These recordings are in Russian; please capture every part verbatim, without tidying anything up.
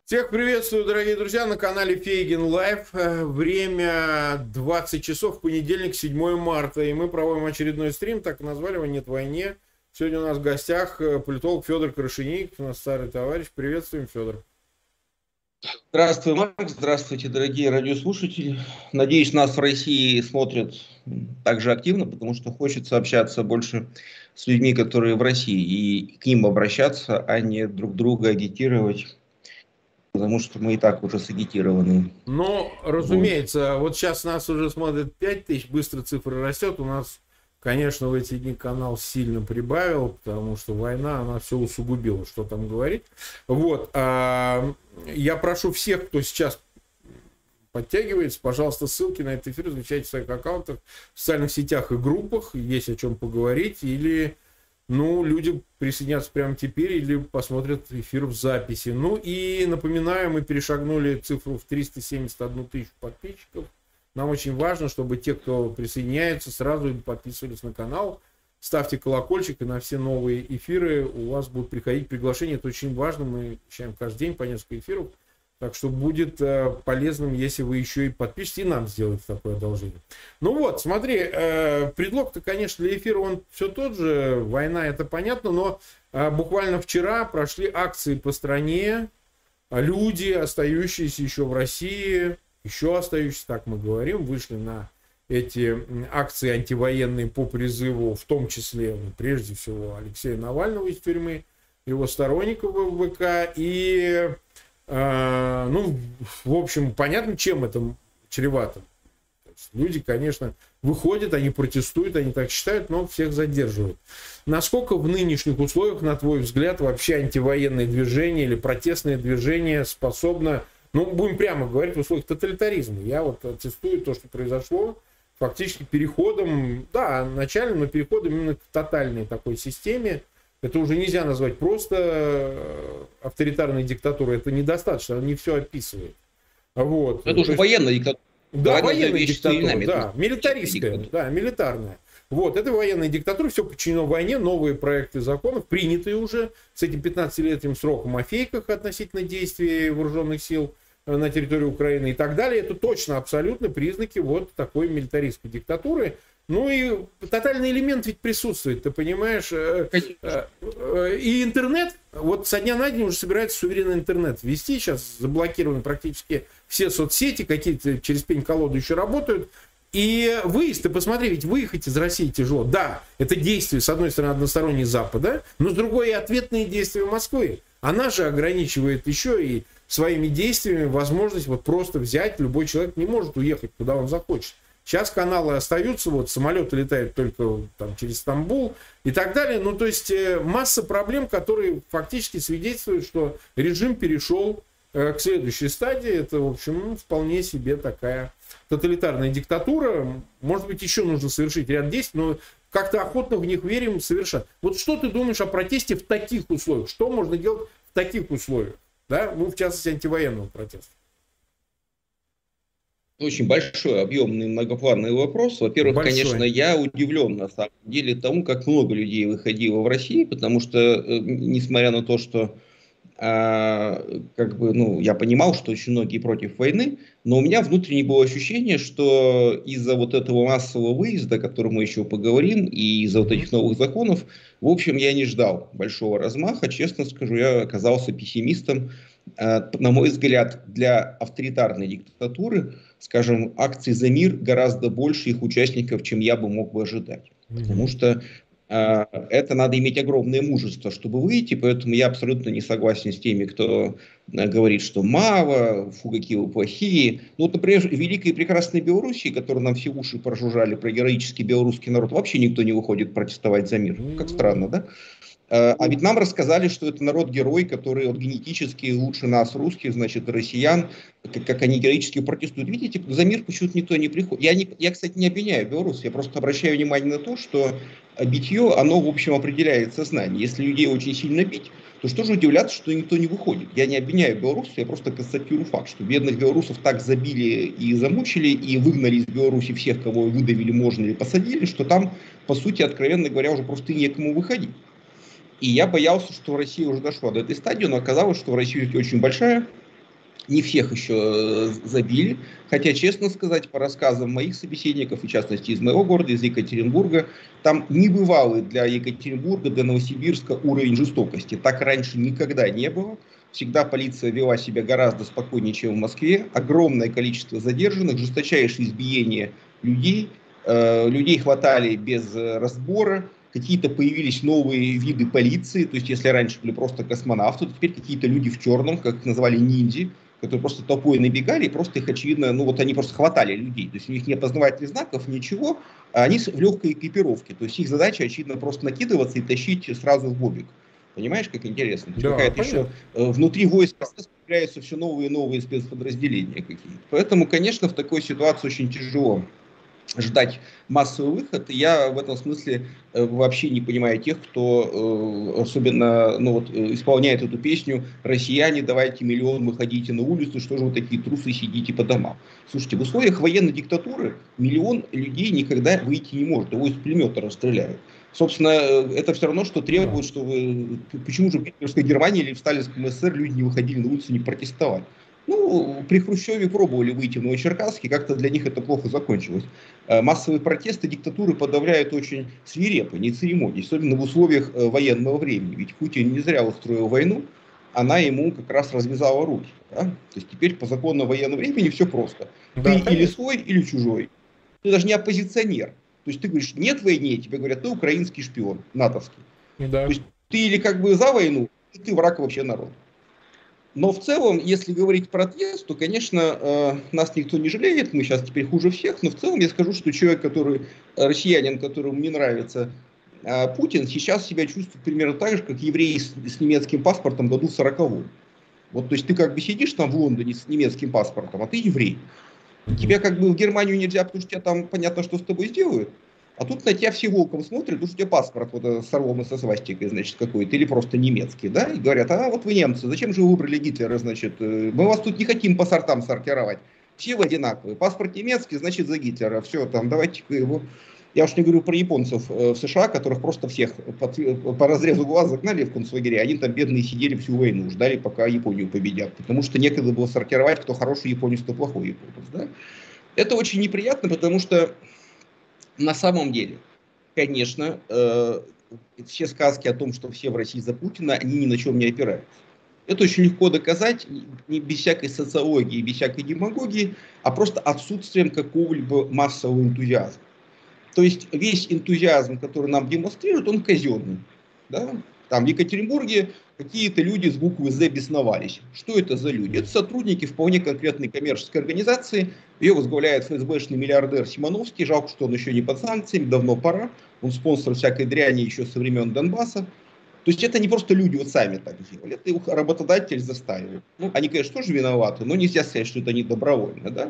Всех приветствую, дорогие друзья, на канале Фейгин Лайв. Время двадцать часов, понедельник, седьмое марта. И мы проводим очередной стрим, так и назвали его «Нет войне». Сегодня у нас в гостях политолог Федор Крашенинников, у нас старый товарищ. Приветствуем, Федор. Здравствуй, Марк. Здравствуйте, дорогие радиослушатели. Надеюсь, нас в России смотрят также активно, потому что хочется общаться больше с людьми, которые в России, и к ним обращаться, а не друг друга агитировать. Потому что мы и так уже сагитированы. Ну, разумеется, вот. вот сейчас нас уже смотрят пять тысяч, быстро цифра растет. У нас, конечно, в эти дни канал сильно прибавил, потому что война, она все усугубила, что там говорить. Вот, а, я прошу всех, кто сейчас подтягивается, пожалуйста, ссылки на этот эфир размещайте в своих аккаунтах, в социальных сетях и группах, есть о чем поговорить, или... Ну, люди присоединятся прямо теперь или посмотрят эфир в записи. Ну и напоминаю, мы перешагнули цифру в триста семьдесят одну тысячу подписчиков. Нам очень важно, чтобы те, кто присоединяется, сразу подписывались на канал. Ставьте колокольчик, и на все новые эфиры у вас будут приходить приглашения. Это очень важно. Мы вещаем каждый день по несколько эфиров. Так что будет э, полезным, если вы еще и подпишетесь, и нам сделаете такое одолжение. Ну вот, смотри, э, предлог-то, конечно, для эфира он все тот же. Война, это понятно, но э, буквально вчера прошли акции по стране. Люди, остающиеся еще в России, еще остающиеся, так мы говорим, вышли на эти акции антивоенные по призыву, в том числе, ну, прежде всего, Алексея Навального из тюрьмы, его сторонников в ВК и... Uh, ну, в общем, понятно, чем это чревато. Люди, конечно, выходят, они протестуют, они так считают, но всех задерживают. Насколько в нынешних условиях, на твой взгляд, вообще антивоенное движение или протестное движение способно, ну, будем прямо говорить, в условиях тоталитаризма? Я вот аттестую то, что произошло, фактически переходом, да, начальным, но переходом именно к тотальной такой системе. Это уже нельзя назвать просто авторитарной диктатурой. Это недостаточно, она не все описывает. Вот. Это уже есть... военная диктатура. Да, военная диктатура, да, милитаристская, да, милитарная. Вот, это военная диктатура, все подчинено войне, новые проекты законов, принятые уже с этим пятнадцатилетним сроком о фейках относительно действий вооруженных сил на территории Украины и так далее. Это точно абсолютно признаки вот такой милитаристской диктатуры. Ну и тотальный элемент ведь присутствует, ты понимаешь? Конечно. И интернет, вот со дня на день уже собирается суверенный интернет ввести. Сейчас заблокированы практически все соцсети, какие-то через пень-колоду еще работают. И выезд, ты посмотри, ведь выехать из России тяжело. Да, это действие, с одной стороны, одностороннее Запада, но с другой и ответные действия Москвы. Она же ограничивает еще и своими действиями возможность вот просто взять, любой человек не может уехать, куда он захочет. Сейчас каналы остаются, вот самолеты летают только там, через Стамбул и так далее. Ну, то есть масса проблем, которые фактически свидетельствуют, что режим перешел э, к следующей стадии. Это, в общем, ну, вполне себе такая тоталитарная диктатура. Может быть, еще нужно совершить ряд действий, но как-то охотно в них верим совершать. Вот что ты думаешь о протесте в таких условиях? Что можно делать в таких условиях? Да? Ну, в частности, антивоенного протеста. Очень большой, объемный, многоплановый вопрос. Во-первых, большой. Конечно, я удивлен на самом деле тому, как много людей выходило в России, потому что, несмотря на то, что э, как бы, ну, я понимал, что очень многие против войны, но у меня внутренне было ощущение, что из-за вот этого массового выезда, о котором мы еще поговорим, и из-за вот этих новых законов, в общем, я не ждал большого размаха. Честно скажу, я оказался пессимистом. На мой взгляд, для авторитарной диктатуры, скажем, акций за мир гораздо больше их участников, чем я бы мог бы ожидать. Mm-hmm. Потому что э, это надо иметь огромное мужество, чтобы выйти, поэтому я абсолютно не согласен с теми, кто э, говорит, что мало, фу, какие вы плохие. Ну, вот, например, в великой и прекрасной Белоруссии, которую нам все уши прожужжали про героический белорусский народ, вообще никто не выходит протестовать за мир. Mm-hmm. Как странно, да? А ведь нам рассказали, что это народ-герой, который вот, генетически лучше нас, русских, значит, россиян, как, как они героически протестуют. Видите, за мир почему-то никто не приходит. Я, не, я, кстати, не обвиняю Беларусь, я просто обращаю внимание на то, что битье, оно, в общем, определяет сознание. Если людей очень сильно бить, то что же удивляться, что никто не выходит. Я не обвиняю Беларусь, я просто констатирую факт, что бедных белорусов так забили и замучили, и выгнали из Беларуси всех, кого выдавили можно или посадили, что там, по сути, откровенно говоря, уже просто некому выходить. И я боялся, что Россия уже дошла до этой стадии, но оказалось, что в России очень большая, Не всех еще забили, хотя, честно сказать, по рассказам моих собеседников, в частности из моего города, из Екатеринбурга, там небывалый для Екатеринбурга, для Новосибирска уровень жестокости. Так раньше никогда не было. Всегда полиция вела себя гораздо спокойнее, чем в Москве. Огромное количество задержанных, жесточайшее избиение людей. Э, людей хватали без разбора. Какие-то появились новые виды полиции. То есть, если раньше были просто космонавты, то теперь какие-то люди в черном, как их называли, ниндзя, которые просто толпой набегали, и просто их, очевидно, ну вот они просто хватали людей. То есть у них не опознавательных знаков, ничего, а они в легкой экипировке. То есть их задача, очевидно, просто накидываться и тащить сразу в бобик. Понимаешь, как интересно? Да, какая-то еще внутри войска появляются все новые и новые спецподразделения какие-то. Поэтому, конечно, в такой ситуации очень тяжело ждать массовый выход. Я в этом смысле э, вообще не понимаю тех, кто э, особенно ну, вот, э, исполняет эту песню «Россияне, давайте миллион, выходите на улицу, что же вы такие трусы сидите по домам». Слушайте, в условиях военной диктатуры миллион людей никогда выйти не может, его из пулемета расстреляют. Собственно, это все равно, что требует, что вы... Почему же в Гитлеровской Германии или в Сталинском СССР люди не выходили на улицу, не протестовали? Ну, при Хрущеве пробовали выйти в Новочеркасске, как-то для них это плохо закончилось. Массовые протесты диктатуры подавляют очень свирепо, не церемонясь, особенно в условиях военного времени. Ведь Путин не зря устроил войну, она ему как раз развязала руки. Да? То есть теперь по закону военного времени все просто. Да, ты конечно. Или свой, или чужой. Ты даже не оппозиционер. То есть ты говоришь, нет войне, тебе говорят, ты украинский шпион, натовский. Да. То есть ты или как бы за войну, или ты враг вообще народа. Но в целом, если говорить про отъезд, то, конечно, нас никто не жалеет, мы сейчас теперь хуже всех, но в целом я скажу, что человек, который, россиянин, которому не нравится Путин, сейчас себя чувствует примерно так же, как еврей с, с немецким паспортом году в сороковом. Вот, то есть ты как бы сидишь там в Лондоне с немецким паспортом, а ты еврей. Тебя как бы в Германию нельзя, потому что тебя там понятно, что с тобой сделают. А тут на тебя все волком смотрят, потому что у тебя паспорт вот, с орлом и со свастикой, значит, какой-то, или просто немецкий, да, и говорят, а вот вы немцы, зачем же вы выбрали Гитлера, значит, мы вас тут не хотим по сортам сортировать, все вы одинаковые, паспорт немецкий, значит, за Гитлера, все, там, давайте-ка его, я уж не говорю про японцев в США, которых просто всех под, по разрезу глаз загнали в концлагеря, они там бедные сидели всю войну, ждали, пока Японию победят, потому что некогда было сортировать, кто хороший японец, кто плохой японец, да. Это очень неприятно, потому что на самом деле, конечно, э, все сказки о том, что все в России за Путина, они ни на чем не опираются. Это очень легко доказать, не без всякой социологии, без всякой демагогии, а просто отсутствием какого-либо массового энтузиазма. То есть весь энтузиазм, который нам демонстрируют, он казенный. Да? Там в Екатеринбурге какие-то люди с буквы «З» бесновались. Что это за люди? Это сотрудники вполне конкретной коммерческой организации. Ее возглавляет эф эс бэшный миллиардер Симоновский. Жалко, что он еще не под санкциями, давно пора. Он спонсор всякой дряни еще со времен Донбасса. То есть это не просто люди вот сами так делали, это их работодатель заставил. Ну, они, конечно, тоже виноваты, но нельзя сказать, что это они добровольно. Да?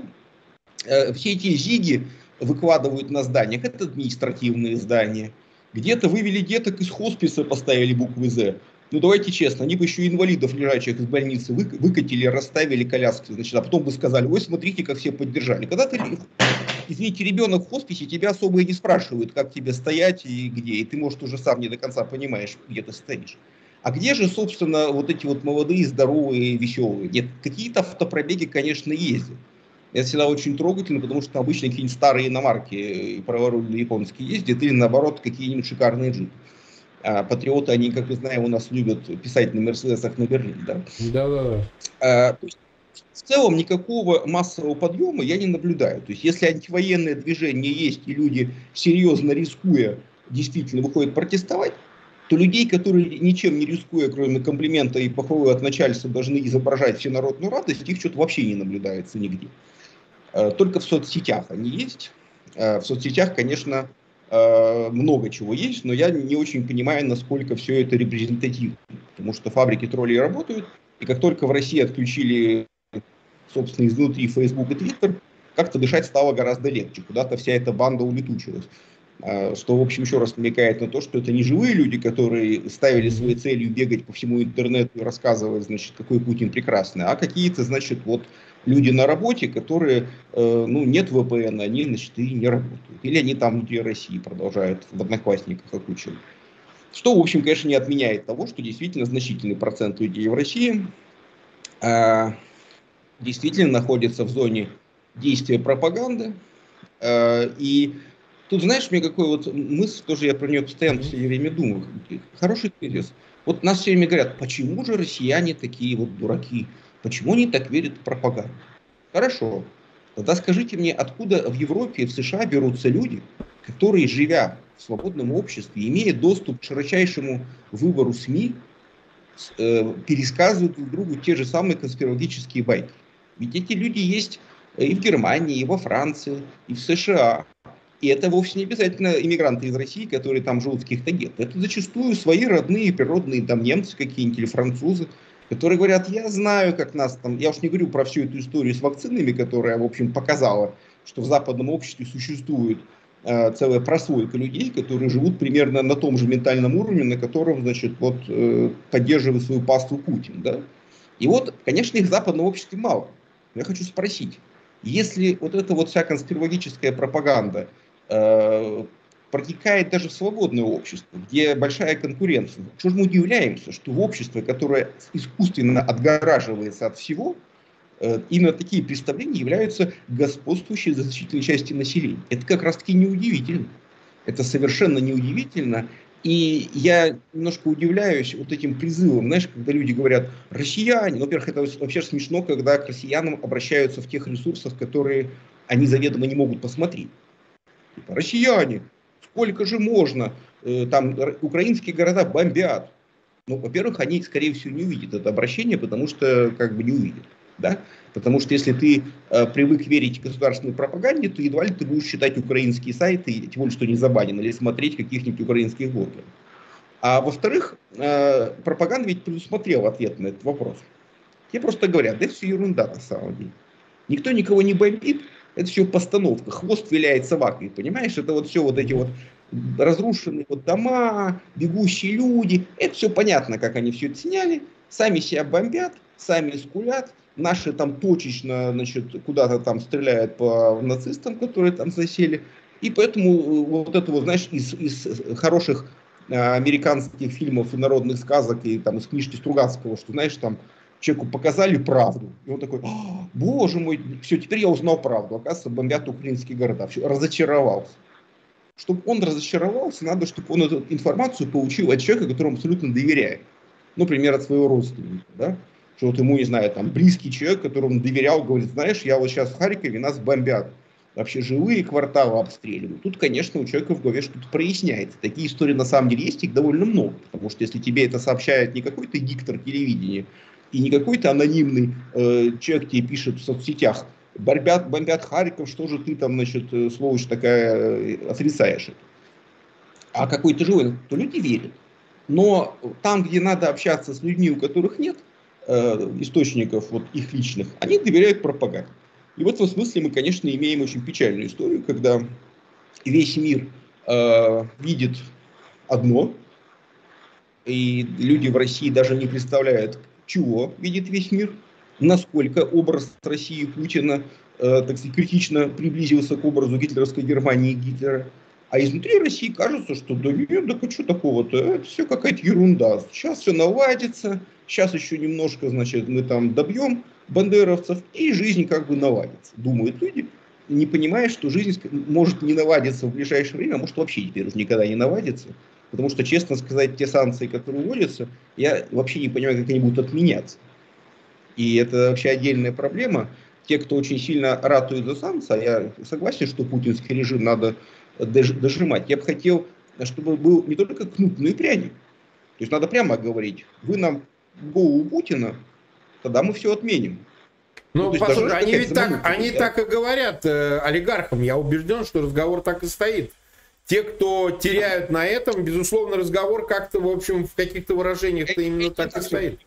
Все эти зиги выкладывают на зданиях, это административные здания. Где-то вывели деток из хосписа, поставили буквы «З». Ну давайте честно, они бы еще инвалидов, лежачих из больницы, выкатили, расставили коляски, значит, а потом бы сказали, ой, смотрите, как все поддержали. Когда ты, извините, ребенок в хосписе, тебя особо и не спрашивают, как тебе стоять и где, и ты, может, уже сам не до конца понимаешь, где ты стоишь. А где же, собственно, вот эти вот молодые, здоровые, веселые? Нет, какие-то автопробеги, конечно, ездят. Это всегда очень трогательно, потому что обычно какие-нибудь старые иномарки праворульные японские ездят, или наоборот какие-нибудь шикарные джипы. А патриоты, они, как мы знаем, у нас любят писать на Мерседесах на Берлин. Да, да, да. А, то есть, в целом никакого массового подъема я не наблюдаю. То есть если антивоенное движение есть, и люди, серьезно рискуя, действительно выходят протестовать, то людей, которые ничем не рискуя, кроме комплимента и похвалы от начальства, должны изображать всенародную радость, их что-то вообще не наблюдается нигде. Только в соцсетях они есть. В соцсетях, конечно, много чего есть, но я не очень понимаю, насколько все это репрезентативно. Потому что фабрики троллей работают, и как только в России отключили, собственно, изнутри Facebook и Twitter, как-то дышать стало гораздо легче. Куда-то вся эта банда улетучилась. Что, в общем, еще раз намекает на то, что это не живые люди, которые ставили своей целью бегать по всему интернету и рассказывать, значит, какой Путин прекрасный, а какие-то, значит, вот люди на работе, которые, э, ну, нет вэ пэ эн, они, значит, и не работают. Или они там внутри России продолжают в Одноклассниках окучивать. Что, в общем, конечно, не отменяет того, что действительно значительный процент людей в России э, действительно находится в зоне действия пропаганды. И тут, знаешь, мне какой вот мысль, тоже я про нее постоянно все время думаю. Хороший тезис. Вот нас все время говорят, почему же россияне такие вот дураки? Почему они так верят в пропаганду? Хорошо. Тогда скажите мне, откуда в Европе и в США берутся люди, которые, живя в свободном обществе, имея доступ к широчайшему выбору СМИ, э, пересказывают друг другу те же самые конспирологические байки? Ведь эти люди есть и в Германии, и во Франции, и в США. И это вовсе не обязательно иммигранты из России, которые там живут в каких-то гетто. Это зачастую свои родные, природные там немцы какие-нибудь или французы, которые говорят, я знаю, как нас там... Я уж не говорю про всю эту историю с вакцинами, которая, в общем, показала, что в западном обществе существует э, целая прослойка людей, которые живут примерно на том же ментальном уровне, на котором, значит, вот э, поддерживает свою паству Путин, да. И вот, конечно, их в западном обществе мало. Я хочу спросить, если вот эта вот вся конспирологическая пропаганда э, протекает даже в свободное общество, где большая конкуренция, что же мы удивляемся, что в обществе, которое искусственно отгораживается от всего, э, именно такие представления являются господствующей значительной части населения. Это как раз-таки неудивительно. Это совершенно неудивительно. И я немножко удивляюсь вот этим призывом, знаешь, когда люди говорят «россияне», ну, во-первых, это вообще смешно, когда к россиянам обращаются в тех ресурсах, которые они заведомо не могут посмотреть. Типа, «Россияне, сколько же можно? Там украинские города бомбят». Ну, во-первых, они, скорее всего, не увидят это обращение, потому что как бы не увидят. Да? Потому что если ты э, привык верить государственной пропаганде, то едва ли ты будешь читать украинские сайты, тем более, что не забанен, или смотреть каких-нибудь украинских блогеров. А во-вторых, э, пропаганда ведь предусмотрела ответ на этот вопрос. Те просто говорят, да это все ерунда на самом деле. Никто никого не бомбит, это все постановка, хвост виляет собакой, понимаешь? Это вот все вот эти вот разрушенные вот дома, бегущие люди, это все понятно, как они все это сняли, сами себя бомбят, сами скулят. Наши там точечно, значит, куда-то там стреляют по нацистам, которые там засели. И поэтому вот это вот, знаешь, из, из хороших а, американских фильмов и народных сказок, и там из книжки Стругацкого, что, знаешь, там человеку показали правду. И он такой, боже мой, все, теперь я узнал правду. Оказывается, бомбят украинские города. Все, разочаровался. Чтобы он разочаровался, надо, чтобы он эту информацию получил от человека, которому абсолютно доверяет. Например, от своего родственника, да? Что вот ему, не знаю, там, близкий человек, которому он доверял, говорит, знаешь, я вот сейчас в Харькове, нас бомбят. Вообще жилые кварталы обстреливают. Тут, конечно, у человека в голове что-то проясняется. Такие истории на самом деле есть, их довольно много. Потому что если тебе это сообщает не какой-то диктор телевидения, и не какой-то анонимный э, человек тебе пишет в соцсетях, бомбят, бомбят Харьков, что же ты там, значит, сволочь такая, отрицаешь это. А какой-то живой, то люди верят. Но там, где надо общаться с людьми, у которых нет э, источников вот, их личных, они доверяют пропаганде. И в этом смысле мы, конечно, имеем очень печальную историю, когда весь мир э, видит одно, и люди в России даже не представляют, чего видит весь мир, насколько образ России Путина, э, так сказать, критично приблизился к образу гитлеровской Германии и Гитлера. А изнутри России кажется, что да нет, да что такого-то, это все какая-то ерунда. Сейчас все наладится, сейчас еще немножко, значит, мы там добьем бандеровцев, и жизнь как бы наладится. Думают люди, не понимая, что жизнь может не наладиться в ближайшее время, а может вообще теперь уже никогда не наладится. Потому что, честно сказать, те санкции, которые вводятся, я вообще не понимаю, как они будут отменяться. И это вообще отдельная проблема. Те, кто очень сильно ратует за санкции, а я согласен, что путинский режим надо дожимать. Я бы хотел, чтобы был не только кнут, но и пряник. То есть надо прямо говорить, вы нам голову Путина, тогда мы все отменим. Ну, ну послушай, они ведь так, они так и говорят э, олигархам. Я убежден, что разговор так и стоит. Те, кто теряют на этом, безусловно, разговор как-то, в общем, в каких-то выражениях-то именно так и стоит.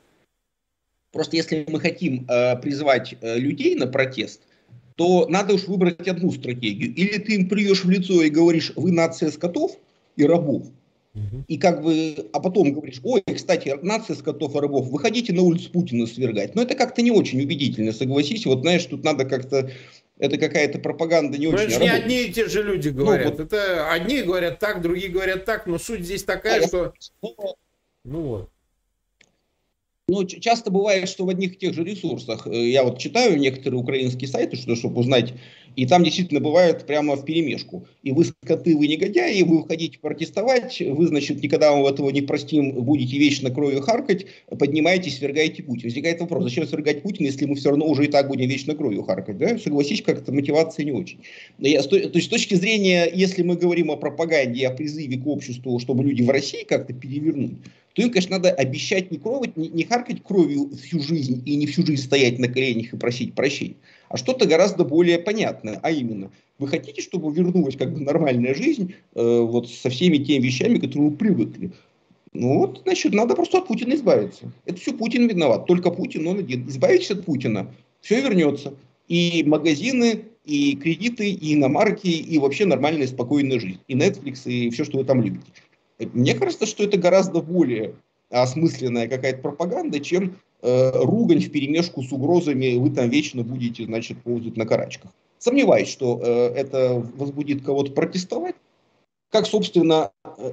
Просто если мы хотим э, призвать э, людей на протест, то надо уж выбрать одну стратегию. Или ты им плюешь в лицо и говоришь, вы нация скотов и рабов. Угу. И как бы, а потом говоришь, ой, кстати, нация скотов и рабов, выходите на улицу Путина свергать. Но это как-то не очень убедительно, согласись. Вот знаешь, тут надо как-то... Это какая-то пропаганда не но очень это работает. Не одни и те же люди говорят. Ну, вот. Это одни говорят так, другие говорят так, но суть здесь такая, а что... Я... Ну вот. Ну, часто бывает, что в одних и тех же ресурсах, я вот читаю некоторые украинские сайты, что, чтобы узнать, и там действительно бывает прямо вперемешку. И вы скоты, вы негодяи, вы хотите протестовать, вы, значит, никогда вам этого не простим, будете вечно кровью харкать, поднимаетесь, свергаете Путина. Возникает вопрос, зачем свергать Путина, если мы все равно уже и так будем вечно кровью харкать, да? Согласись, как-то мотивация не очень. Я, то есть, с точки зрения, если мы говорим о пропаганде, о призыве к обществу, чтобы люди в России как-то перевернуть, то им, конечно, надо обещать не, кровать, не, не харкать кровью всю жизнь и не всю жизнь стоять на коленях и просить прощения, а что-то гораздо более понятное, а именно, вы хотите, чтобы вернулась как бы нормальная жизнь э, вот со всеми теми вещами, к которым вы привыкли? Ну вот, значит, надо просто от Путина избавиться. Это все Путин виноват, только Путин, он один. Избавитесь от Путина, все вернется. И магазины, и кредиты, и иномарки, и вообще нормальная спокойная жизнь. И Netflix, и все, что вы там любите. Мне кажется, что это гораздо более осмысленная какая-то пропаганда, чем э, ругань вперемешку с угрозами, вы там вечно будете, значит, ползать на карачках. Сомневаюсь, что э, это возбудит кого-то протестовать, как, собственно,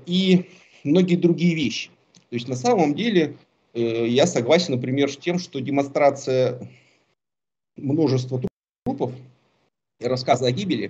и многие другие вещи. То есть, на самом деле, э, я согласен, например, с тем, что демонстрация множества трупов и рассказы о гибели,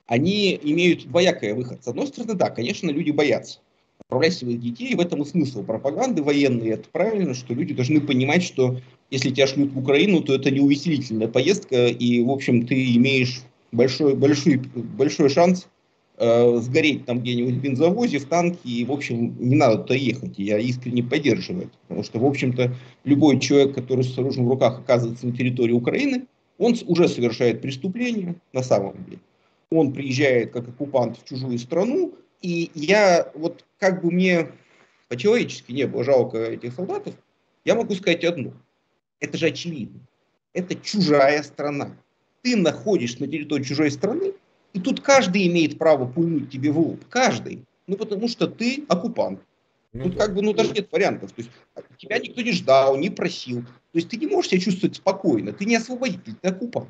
они имеют двоякое выход. С одной стороны, да, конечно, люди боятся отправлять своих детей, в этом и смысл пропаганды военной. Это правильно, что люди должны понимать, что если тебя шлют в Украину, то это не увеселительная поездка, и, в общем, ты имеешь большой, большой, большой шанс э, сгореть там где-нибудь в бензовозе, в танке, и, в общем, не надо туда ехать. И я искренне поддерживаю это, потому что, в общем-то, любой человек, который с оружием в руках оказывается на территории Украины, он уже совершает преступление на самом деле. Он приезжает как оккупант в чужую страну, и я, вот как бы мне по-человечески не было жалко этих солдатов, я могу сказать одно. Это же очевидно. Это чужая страна. Ты находишься на территории чужой страны, и тут каждый имеет право пульнуть тебе в лоб. Каждый. Ну, потому что ты оккупант. Ну, тут да. как бы, ну, даже нет вариантов. То есть, тебя никто не ждал, не просил. То есть, ты не можешь себя чувствовать спокойно. Ты не освободитель, ты оккупант.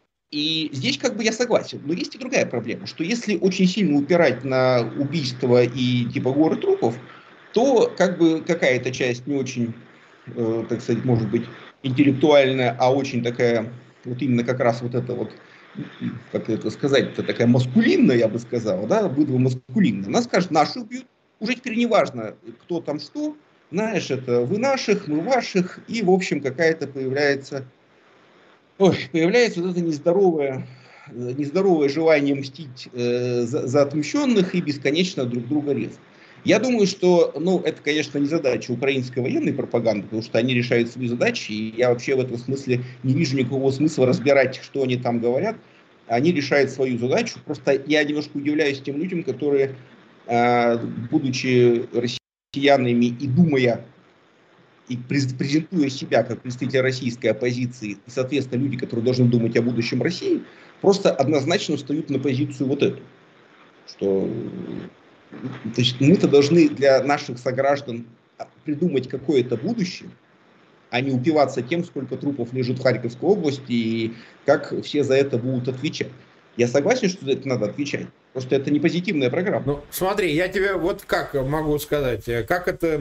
И здесь как бы я согласен. Но есть и другая проблема, что если очень сильно упирать на убийство и типа горы трупов, то как бы какая-то часть не очень, э, так сказать, может быть, интеллектуальная, а очень такая, вот именно как раз вот это вот, как это сказать, это такая маскулинная, я бы сказал, да, быдло маскулинная. Она скажет, наши убьют, уже теперь не важно, кто там что, знаешь, это вы наших, мы ваших, и, в общем, какая-то появляется... Ой, появляется вот это нездоровое, нездоровое желание мстить э, за, за отмщенных и бесконечно друг друга резать. Я думаю, что, ну, это, конечно, не задача украинской военной пропаганды, потому что они решают свои задачи, и я вообще в этом смысле не вижу никакого смысла разбирать, что они там говорят. Они решают свою задачу. Просто я немножко удивляюсь тем людям, которые, э, будучи россиянами и думая, и презентуя себя как представитель российской оппозиции, и, соответственно, люди, которые должны думать о будущем России, просто однозначно встают на позицию вот эту. Что то есть мы-то должны для наших сограждан придумать какое-то будущее, а не упиваться тем, сколько трупов лежит в Харьковской области и как все за это будут отвечать. Я согласен, что за это надо отвечать. Просто это не позитивная программа. Ну, смотри, я тебе вот как могу сказать, как это...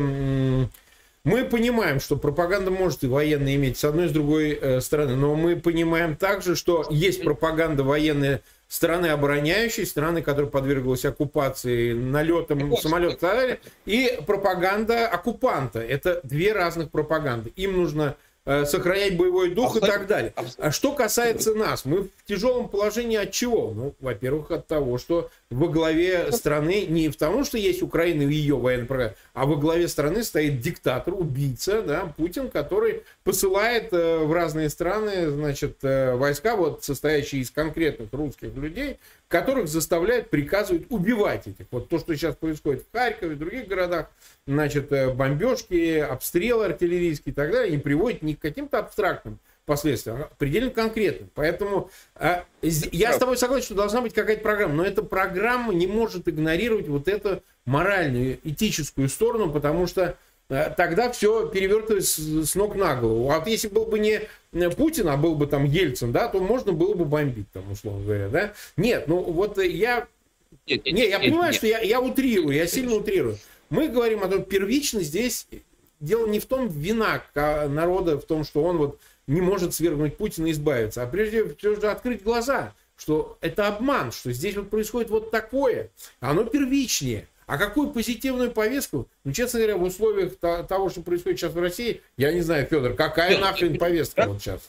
Мы понимаем, что пропаганда может и военная иметь с одной и с другой э, стороны, но мы понимаем также, что есть пропаганда военная страны обороняющей, страны, которая подверглась оккупации, налетам самолетов и так далее, и пропаганда оккупанта. Это две разных пропаганды. Им нужно э, сохранять боевой дух абсолютно, и так далее. А что касается нас, мы в тяжелом положении от чего? Ну, во-первых, от того, что во главе страны, не в том, что есть Украина и ее военная программа, а во главе страны стоит диктатор, убийца, да, Путин, который посылает э, в разные страны, значит, э, войска, вот, состоящие из конкретных русских людей, которых заставляет, приказывает убивать этих. Вот то, что сейчас происходит в Харькове, в других городах, значит, э, бомбежки, обстрелы артиллерийские и так далее, не приводят ни к каким-то абстрактным последствия, а предельно конкретно. Поэтому э, я с тобой согласен, что должна быть какая-то программа, но эта программа не может игнорировать вот эту моральную, этическую сторону, потому что э, тогда все перевертывается с, с ног на голову. А вот если был бы не Путин, а был бы там Ельцин, да, то можно было бы бомбить, там, условно говоря, да? Нет, ну вот я... Нет, не, я понимаю, нет, что я, я утрирую, я сильно утрирую. Мы говорим о том, первично здесь дело не в том, вина народа в том, что он вот не может свергнуть Путина и избавиться, а прежде всего открыть глаза, что это обман, что здесь вот происходит вот такое, оно первичнее. А какую позитивную повестку, ну, честно говоря, в условиях того, что происходит сейчас в России, я не знаю, Федор, какая нахрен повестка вот сейчас?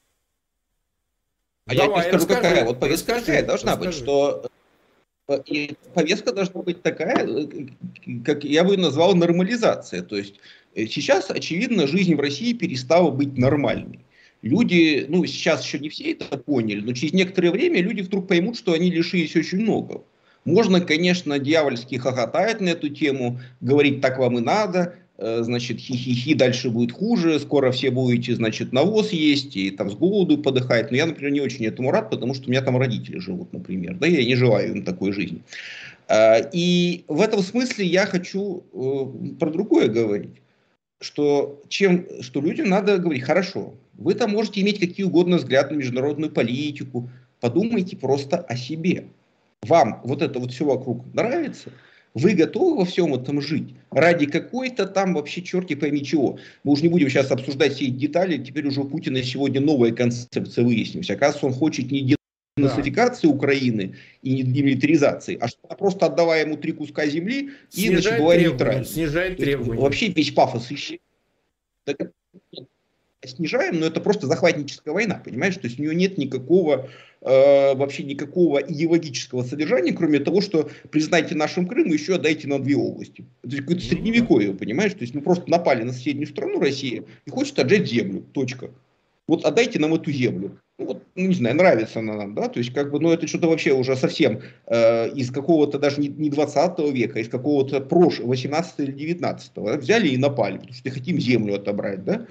А Давай, я тебе скажу, расскажи, какая. Вот повестка расскажи, такая должна расскажи. быть, что и повестка должна быть такая, как я бы назвал, нормализация. То есть сейчас, очевидно, жизнь в России перестала быть нормальной. Люди, ну, сейчас еще не все это поняли, но через некоторое время люди вдруг поймут, что они лишились очень многого. Можно, конечно, дьявольски хохотать на эту тему, говорить, так вам и надо, значит, хи-хи-хи, дальше будет хуже, скоро все будете, значит, навоз есть и там с голоду подыхать. Но я, например, не очень этому рад, потому что у меня там родители живут, например, да, я не желаю им такой жизни. И в этом смысле я хочу про другое говорить, что, чем, что людям надо говорить, хорошо, вы там можете иметь какие угодно взгляды на международную политику, подумайте просто о себе. Вам вот это вот все вокруг нравится? Вы готовы во всем этом жить? Ради какой-то там вообще черти пойми чего. Мы уже не будем сейчас обсуждать все эти детали. Теперь уже у Путина сегодня новая концепция выяснилась. Оказывается, он хочет не денацификации да. Украины и не демилитаризации, а просто отдавая ему три куска земли и, снижает значит, была нейтральной. Снижает требования. Вообще весь пафос исчез. Снижаем, но это просто захватническая война, понимаешь? То есть у нее нет никакого, э, вообще никакого идеологического содержания, кроме того, что признайте нашим Крым и еще отдайте нам две области. Это какое-то средневековье, понимаешь? То есть мы просто напали на соседнюю страну, Россия, и хочет отжать землю, точка. Вот отдайте нам эту землю. Ну, вот, ну не знаю, нравится она нам, да? То есть как бы, ну это что-то вообще уже совсем э, из какого-то даже не, не двадцатого века, а из какого-то прошлого, восемнадцатого или девятнадцатого, да? Взяли и напали, потому что хотим землю отобрать, да?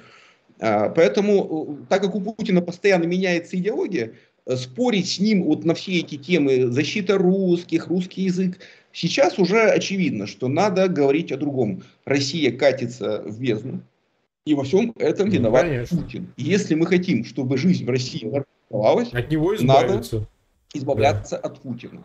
Поэтому, так как у Путина постоянно меняется идеология, спорить с ним вот на все эти темы, защита русских, русский язык, сейчас уже очевидно, что надо говорить о другом. Россия катится в бездну, и во всем этом виноват ну, Путин. И если мы хотим, чтобы жизнь в России нормализовалась, от него надо избавляться да. от Путина.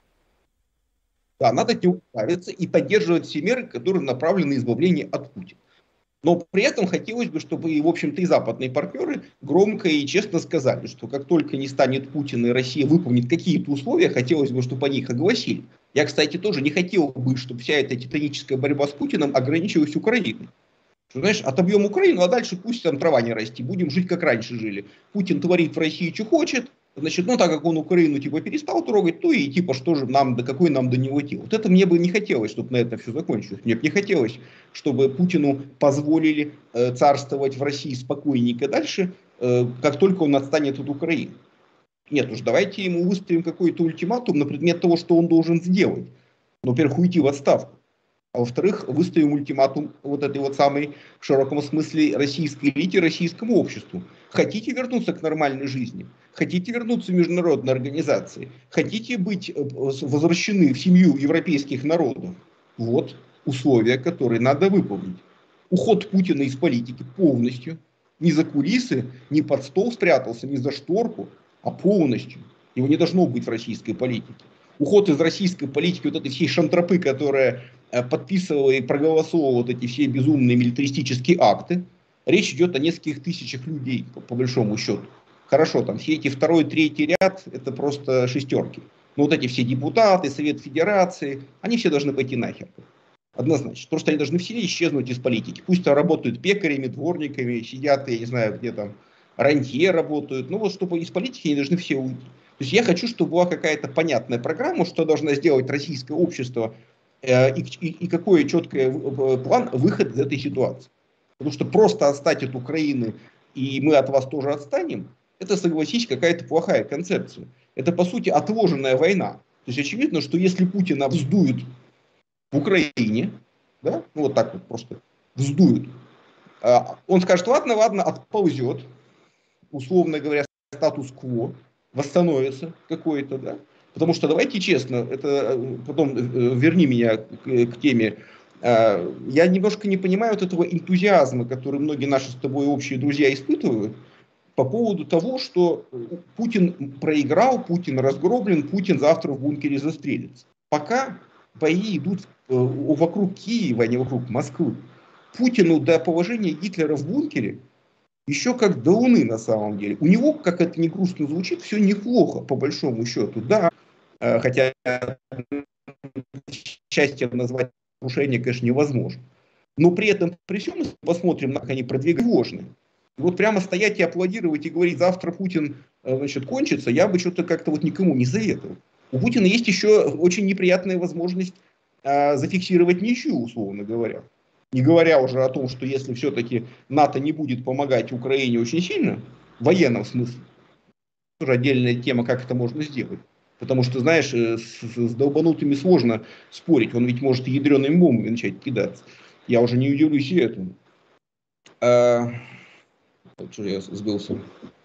Да, надо от него избавиться и поддерживать все меры, которые направлены на избавление от Путина. Но при этом хотелось бы, чтобы, и, в общем-то, и западные партнеры громко и честно сказали, что как только не станет Путин и Россия выполнит какие-то условия, хотелось бы, чтобы они их огласили. Я, кстати, тоже не хотел бы, чтобы вся эта титаническая борьба с Путиным ограничилась Украиной. Что, знаешь, отобьем Украину, а дальше пусть там трава не расти, будем жить, как раньше жили. Путин творит в России, что хочет, значит, ну, так как он Украину, типа, перестал трогать, то и, типа, что же нам, да какой нам до него дел. Вот это мне бы не хотелось, чтобы на этом все закончилось. Мне бы не хотелось, чтобы Путину позволили э, царствовать в России спокойненько дальше, э, как только он отстанет от Украины. Нет уж, давайте ему выставим какой-то ультиматум на предмет того, что он должен сделать. Ну, во-первых, уйти в отставку. А во-вторых, выставим ультиматум вот этой вот самой, в широком смысле, российской элите, российскому обществу. Хотите вернуться к нормальной жизни? Хотите вернуться в международные организации? Хотите быть возвращены в семью европейских народов? Вот условия, которые надо выполнить. Уход Путина из политики полностью. Не за кулисы, не под стол спрятался, не за шторку, а полностью. Его не должно быть в российской политике. Уход из российской политики, вот этой всей шантропы, которая подписывала и проголосовала вот эти все безумные милитаристические акты. Речь идет о нескольких тысячах людей, по, по большому счету. Хорошо, там все эти второй, третий ряд, это просто шестерки. Но вот эти все депутаты, Совет Федерации, они все должны пойти нахер. Однозначно. Потому что они должны все исчезнуть из политики. Пусть там работают пекарями, дворниками, сидят, я не знаю, где там, рантье работают. Ну вот, чтобы из политики они должны все уйти. То есть я хочу, чтобы была какая-то понятная программа, что должно сделать российское общество, И, и, и какой четкий план выхода из этой ситуации. Потому что просто отстать от Украины, и мы от вас тоже отстанем, это, согласись, какая-то плохая концепция. Это, по сути, отложенная война. То есть очевидно, что если Путина вздуют в Украине, да, ну вот так вот просто вздуют, он скажет, ладно, ладно, отползет, условно говоря, статус-кво, восстановится какой-то, да. Потому что, давайте честно, это потом верни меня к, к теме. Я немножко не понимаю вот этого энтузиазма, который многие наши с тобой общие друзья испытывают по поводу того, что Путин проиграл, Путин разгроблен, Путин завтра в бункере застрелится. Пока бои идут вокруг Киева, а не вокруг Москвы. Путину до положения Гитлера в бункере еще как до Луны на самом деле. У него, как это не грустно звучит, все неплохо по большому счету. Да, хотя счастьем назвать нарушение, конечно, невозможно. Но при этом, при всем, если посмотрим, как они продвигают, ложные. Вот прямо стоять и аплодировать и говорить, завтра Путин, значит, кончится, я бы что-то как-то вот никому не советовал. У Путина есть еще очень неприятная возможность а, зафиксировать ничью, условно говоря. Не говоря уже о том, что если все-таки НАТО не будет помогать Украине очень сильно, в военном смысле, тоже отдельная тема, как это можно сделать. Потому что, знаешь, с, с долбанутыми сложно спорить. Он ведь может ядреными бомбами начать кидаться. Я уже не удивлюсь и этому. А, что я сбился.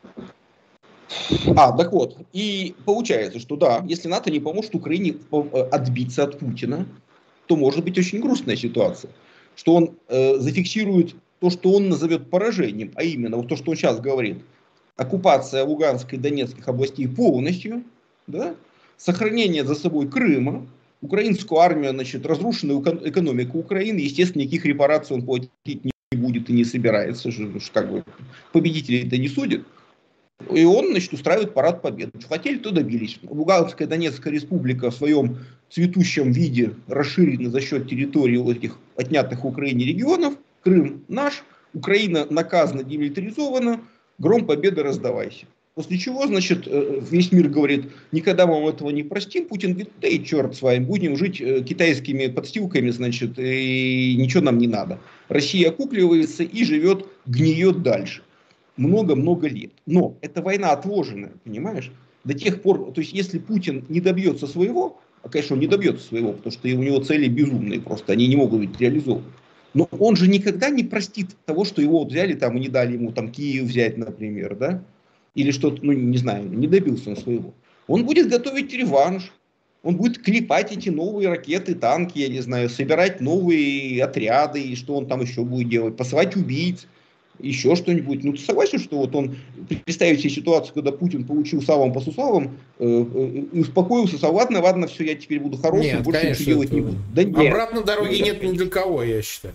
А, так вот. И получается, что да, если НАТО не поможет Украине отбиться от Путина, то может быть очень грустная ситуация. Что он э, зафиксирует то, что он назовет поражением, а именно вот то, что он сейчас говорит. Оккупация Луганской и Донецких областей полностью, да? Сохранение за собой Крыма, украинскую армию, значит, разрушенную экономику Украины, естественно, никаких репараций он платить не будет и не собирается, как бы победителей-то не судят. И он, значит, устраивает парад победы. Хотели, то добились. Луганская и Донецкая республика в своем цветущем виде расширена за счет территории этих отнятых в Украине регионов. Крым наш, Украина наказана, демилитаризована, гром победы раздавайся. После чего, значит, весь мир говорит, никогда мы вам этого не простим. Путин говорит, да и черт с вами, будем жить китайскими подстилками, значит, и ничего нам не надо. Россия окукливается и живет, гниет дальше. Много-много лет. Но эта война отложенная, понимаешь? До тех пор, то есть если Путин не добьется своего, а, конечно, он не добьется своего, потому что у него цели безумные просто, они не могут быть реализованы. Но он же никогда не простит того, что его вот взяли там и не дали ему там Киев взять, например, да? Или что-то, ну не знаю, не добился он своего. Он будет готовить реванш, он будет клепать эти новые ракеты, танки, я не знаю, собирать новые отряды, и что он там еще будет делать, посылать убийц, еще что-нибудь. Ну ты согласен, что вот он, представить себе ситуацию, когда Путин получил салом по сусалам, э, э, и успокоился, сказал, ладно, ладно, все, я теперь буду хорошим, нет, больше конечно, ничего делать не буду. Да нет. Обратной дороги нет, нет ни для кого, я считаю.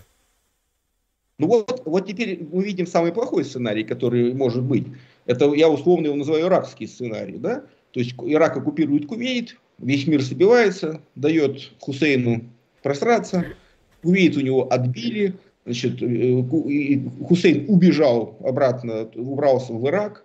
Ну вот, вот теперь мы видим самый плохой сценарий, который может быть. Это я условно его называю иракский сценарий. Да? То есть Ирак оккупирует Кувейт, весь мир собивается, дает Хусейну просраться, Кувейт у него отбили, значит, Хусейн убежал обратно, убрался в Ирак,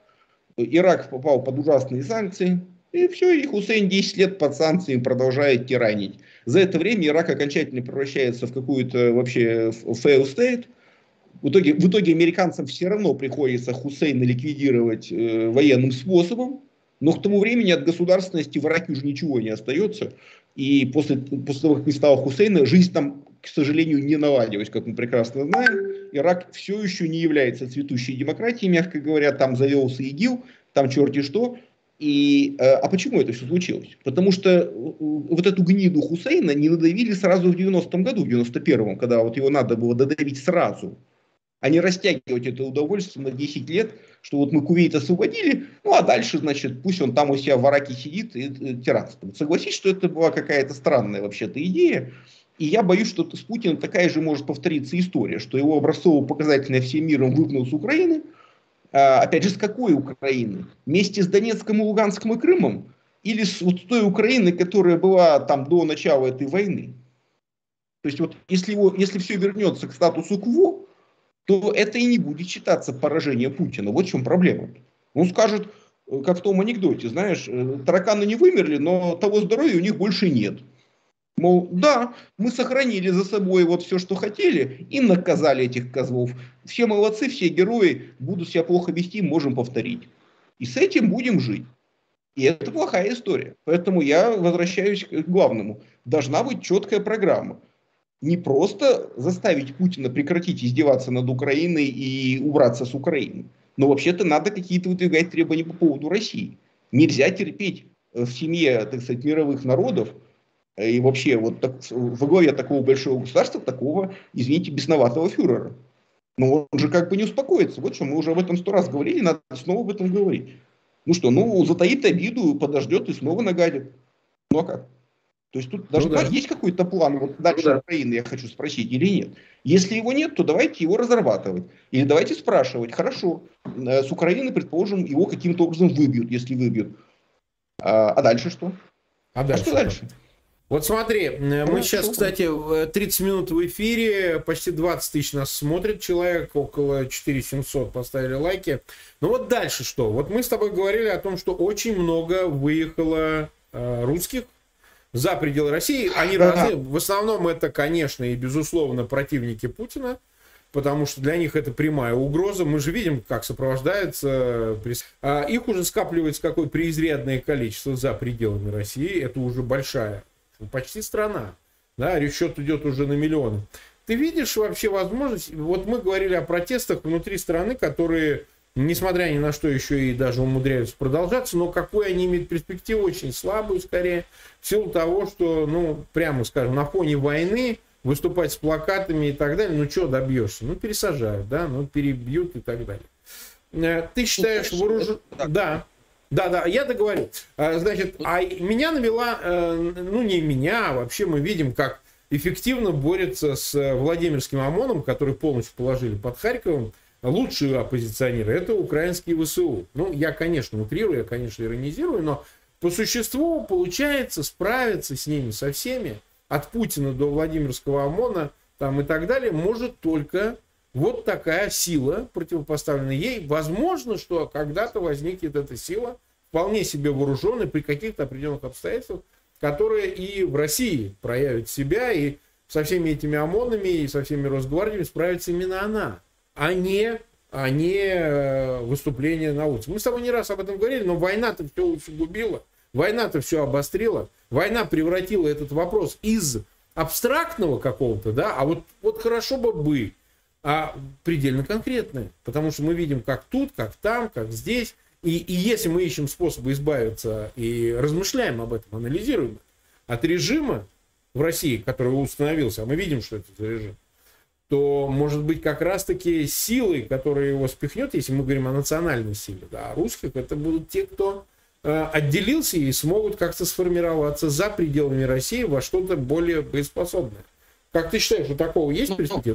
Ирак попал под ужасные санкции, и все, и Хусейн десять лет под санкциями продолжает тиранить. За это время Ирак окончательно превращается в какую-то вообще fail state. В итоге, в итоге американцам все равно приходится Хусейна ликвидировать э, военным способом, но к тому времени от государственности в Ираке уже ничего не остается. И после, после того, как не стало Хусейна, жизнь там, к сожалению, не наладилась, как мы прекрасно знаем. Ирак все еще не является цветущей демократией, мягко говоря, там завелся ИГИЛ, там черти что. И, э, а почему это все случилось? Потому что вот эту гниду Хусейна не надавили сразу в девяностом году, в девяносто первом, когда вот его надо было додавить сразу, а не растягивать это удовольствие на десять лет, что вот мы Кувейт освободили, ну а дальше, значит, пусть он там у себя в Ираке сидит и, и тиранствует. Согласись, что это была какая-то странная вообще-то идея, и я боюсь, что с Путиным такая же может повториться история, что его образцово-показательное всем миром выгнал с Украины, а, опять же, с какой Украины? Вместе с Донецком, и Луганском и Крымом? Или с вот той Украины, которая была там до начала этой войны? То есть вот если, его, если все вернется к статусу кво, то это и не будет считаться поражением Путина. Вот в чем проблема. Он скажет, как в том анекдоте, знаешь, тараканы не вымерли, но того здоровья у них больше нет. Мол, да, мы сохранили за собой вот все, что хотели, и наказали этих козлов. Все молодцы, все герои, будут себя плохо вести, можем повторить. И с этим будем жить. И это плохая история. Поэтому я возвращаюсь к главному. Должна быть четкая программа. Не просто заставить Путина прекратить издеваться над Украиной и убраться с Украины, но вообще-то надо какие-то выдвигать требования по поводу России. Нельзя терпеть в семье, так сказать, мировых народов и вообще вот так, во главе такого большого государства, такого, извините, бесноватого фюрера. Но он же как бы не успокоится. Вот что, мы уже об этом сто раз говорили, надо снова об этом говорить. Ну что, ну затаит обиду, подождет и снова нагадит. Ну а как? То есть тут должен ну, да. есть какой-то план вот дальше ну, да. Украины, я хочу спросить, или нет. Если его нет, то давайте его разрабатывать. Или давайте спрашивать, хорошо, с Украины, предположим, его каким-то образом выбьют, если выбьют. А, а дальше что? А дальше, а что дальше? Вот смотри, мы ну, сейчас, что? кстати, тридцать минут в эфире, почти двадцать тысяч нас смотрит человек, около четыре тысячи семьсот поставили лайки. Ну вот дальше что? Вот мы с тобой говорили о том, что очень много выехало э, русских за пределы России. Они ага. разные. В основном это, конечно, и безусловно противники Путина, потому что для них это прямая угроза. Мы же видим, как сопровождается. А их уже скапливается какое преизрядное количество за пределами России. Это уже большая, почти страна. Да, счет идет уже на миллионы. Ты видишь вообще возможность... Вот мы говорили о протестах внутри страны, которые, несмотря ни на что, еще и даже умудряются продолжаться, но какую они имеют перспективу, очень слабую скорее, в силу того, что, ну, прямо скажем, на фоне войны выступать с плакатами и так далее, ну, что добьешься? Ну, пересажают, да, ну, перебьют и так далее. Ты считаешь вооружен... Да. Да, да, я договорю. Значит, а меня навела, ну, не меня, а вообще мы видим, как эффективно борется с Владимирским ОМОНом, который полностью положили под Харьковом. Лучшие оппозиционеры — это украинские ВСУ. Ну, я, конечно, утрирую, я, конечно, иронизирую, но по существу получается справиться с ними, со всеми, от Путина до Владимирского ОМОНа там, и так далее, может только вот такая сила, противопоставленная ей. Возможно, что когда-то возникнет эта сила, вполне себе вооруженная при каких-то определенных обстоятельствах, которые и в России проявят себя, и со всеми этими ОМОНами, и со всеми Росгвардиями справится именно она, а не, а не выступление на улице. Мы с тобой не раз об этом говорили, но война-то все усугубила, война-то все обострила, война превратила этот вопрос из абстрактного какого-то, да, а вот, вот хорошо бы бы, а предельно конкретное. Потому что мы видим, как тут, как там, как здесь. И, и если мы ищем способы избавиться и размышляем об этом, анализируем от режима в России, который установился, а мы видим, что это за режим, то, может быть, как раз-таки силой, которая его спихнет, если мы говорим о национальной силе, да, русских, это будут те, кто э, отделился и смогут как-то сформироваться за пределами России во что-то более боеспособное. Как ты считаешь, у такого есть перспектива?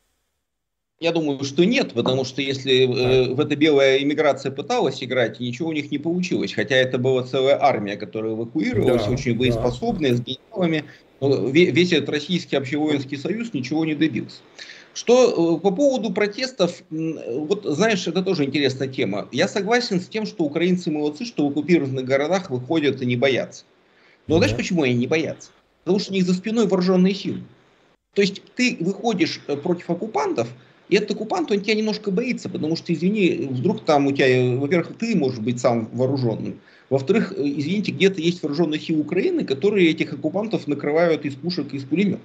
Я думаю, что нет, потому что если э, в это белая иммиграция пыталась играть, ничего у них не получилось. Хотя это была целая армия, которая эвакуировалась, да, очень боеспособная, да. С генералами. Весь этот российский общевоинский союз ничего не добился. Что э, по поводу протестов, э, вот знаешь, это тоже интересная тема. Я согласен с тем, что украинцы молодцы, что в оккупированных городах выходят и не боятся. Но да. Знаешь, почему они не боятся? Потому что у них за спиной вооруженные силы. То есть ты выходишь против оккупантов, и этот оккупант, он тебя немножко боится, потому что, извини, вдруг там у тебя, во-первых, ты можешь быть сам вооруженным, во-вторых, извините, где-то есть вооруженные силы Украины, которые этих оккупантов накрывают из пушек и из пулеметов.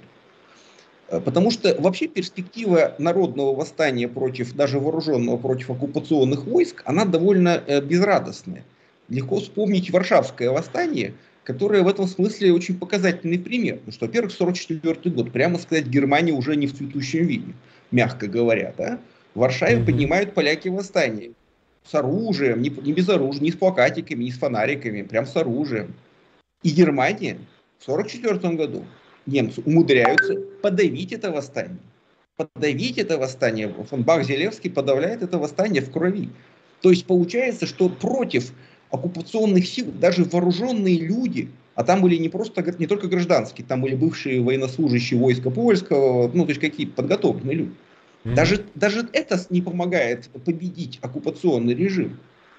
Потому что вообще перспектива народного восстания против, даже вооруженного против оккупационных войск, она довольно безрадостная. Легко вспомнить Варшавское восстание, которое в этом смысле очень показательный пример. Потому что, во-первых, сорок четвёртый год, прямо сказать, Германия уже не в цветущем виде, мягко говоря. Да? В Варшаве mm-hmm. поднимают поляки восстание. С оружием, не, не без оружия, не с плакатиками, не с фонариками, прям с оружием. И Германия в сорок четвёртом году, немцы умудряются подавить это восстание. Подавить это восстание. Фон Бах-Зелевский подавляет это восстание в крови. То есть получается, что против оккупационных сил даже вооруженные люди, а там были не просто, не только гражданские, там были бывшие военнослужащие войска польского, ну, то есть какие-то подготовленные люди. Mm-hmm. Даже, даже это не помогает победить оккупационный режим.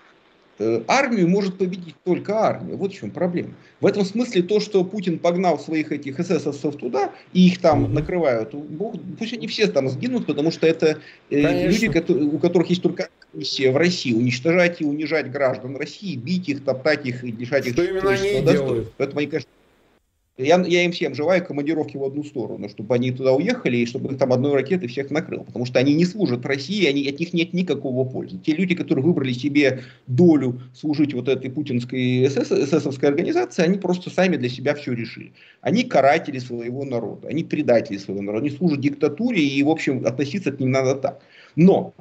Э, армию может победить только армия. Вот в чем проблема. В этом смысле то, что Путин погнал своих этих эсэсовцев туда, и их там mm-hmm. накрывают, бог, пусть они все там сгинут, потому что это э, люди, которые, у которых есть только миссия в России: уничтожать и унижать граждан России, бить их, топтать их и лишать их. Что именно они и делают. Поэтому они, конечно, я, я им всем желаю командировки в одну сторону, чтобы они туда уехали и чтобы их там одной ракетой всех накрыл. Потому что они не служат России, они, от них нет никакого пользы. Те люди, которые выбрали себе долю служить вот этой путинской эс эс, эсэсовской организации, они просто сами для себя все решили. Они каратели своего народа, они предатели своего народа, они служат диктатуре, и, в общем, относиться к ним надо так. Но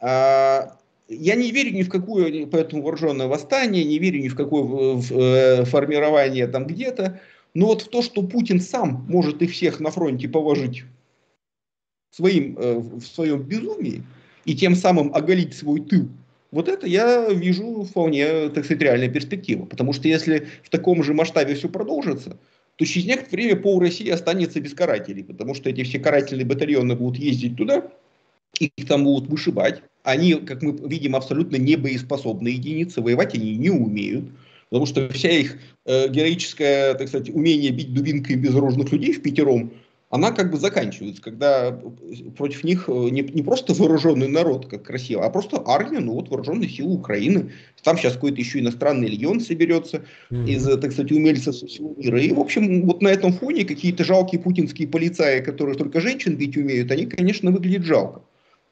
а, я не верю ни в какое поэтому вооруженное восстание, не верю ни в какое в, в, в формирование там где-то. Но вот в то, что Путин сам может их всех на фронте положить своим, э, в своем безумии и тем самым оголить свой тыл, вот это я вижу вполне, так сказать, реальная перспектива. Потому что если в таком же масштабе все продолжится, то через некоторое время пол России останется без карателей. Потому что эти все карательные батальоны будут ездить туда, их там будут вышибать. Они, как мы видим, абсолютно не боеспособные единицы, воевать они не умеют. Потому что вся их э, героическое, так сказать, умение бить дубинкой безоружных людей в пятером, она как бы заканчивается, когда против них не, не просто вооруженный народ, как красиво, а просто армия, ну вот вооруженные силы Украины. Там сейчас какой-то еще иностранный легион соберется mm-hmm. из, так сказать, умельцев со всего мира. И, в общем, вот на этом фоне какие-то жалкие путинские полицаи, которые только женщин бить умеют, они, конечно, выглядят жалко.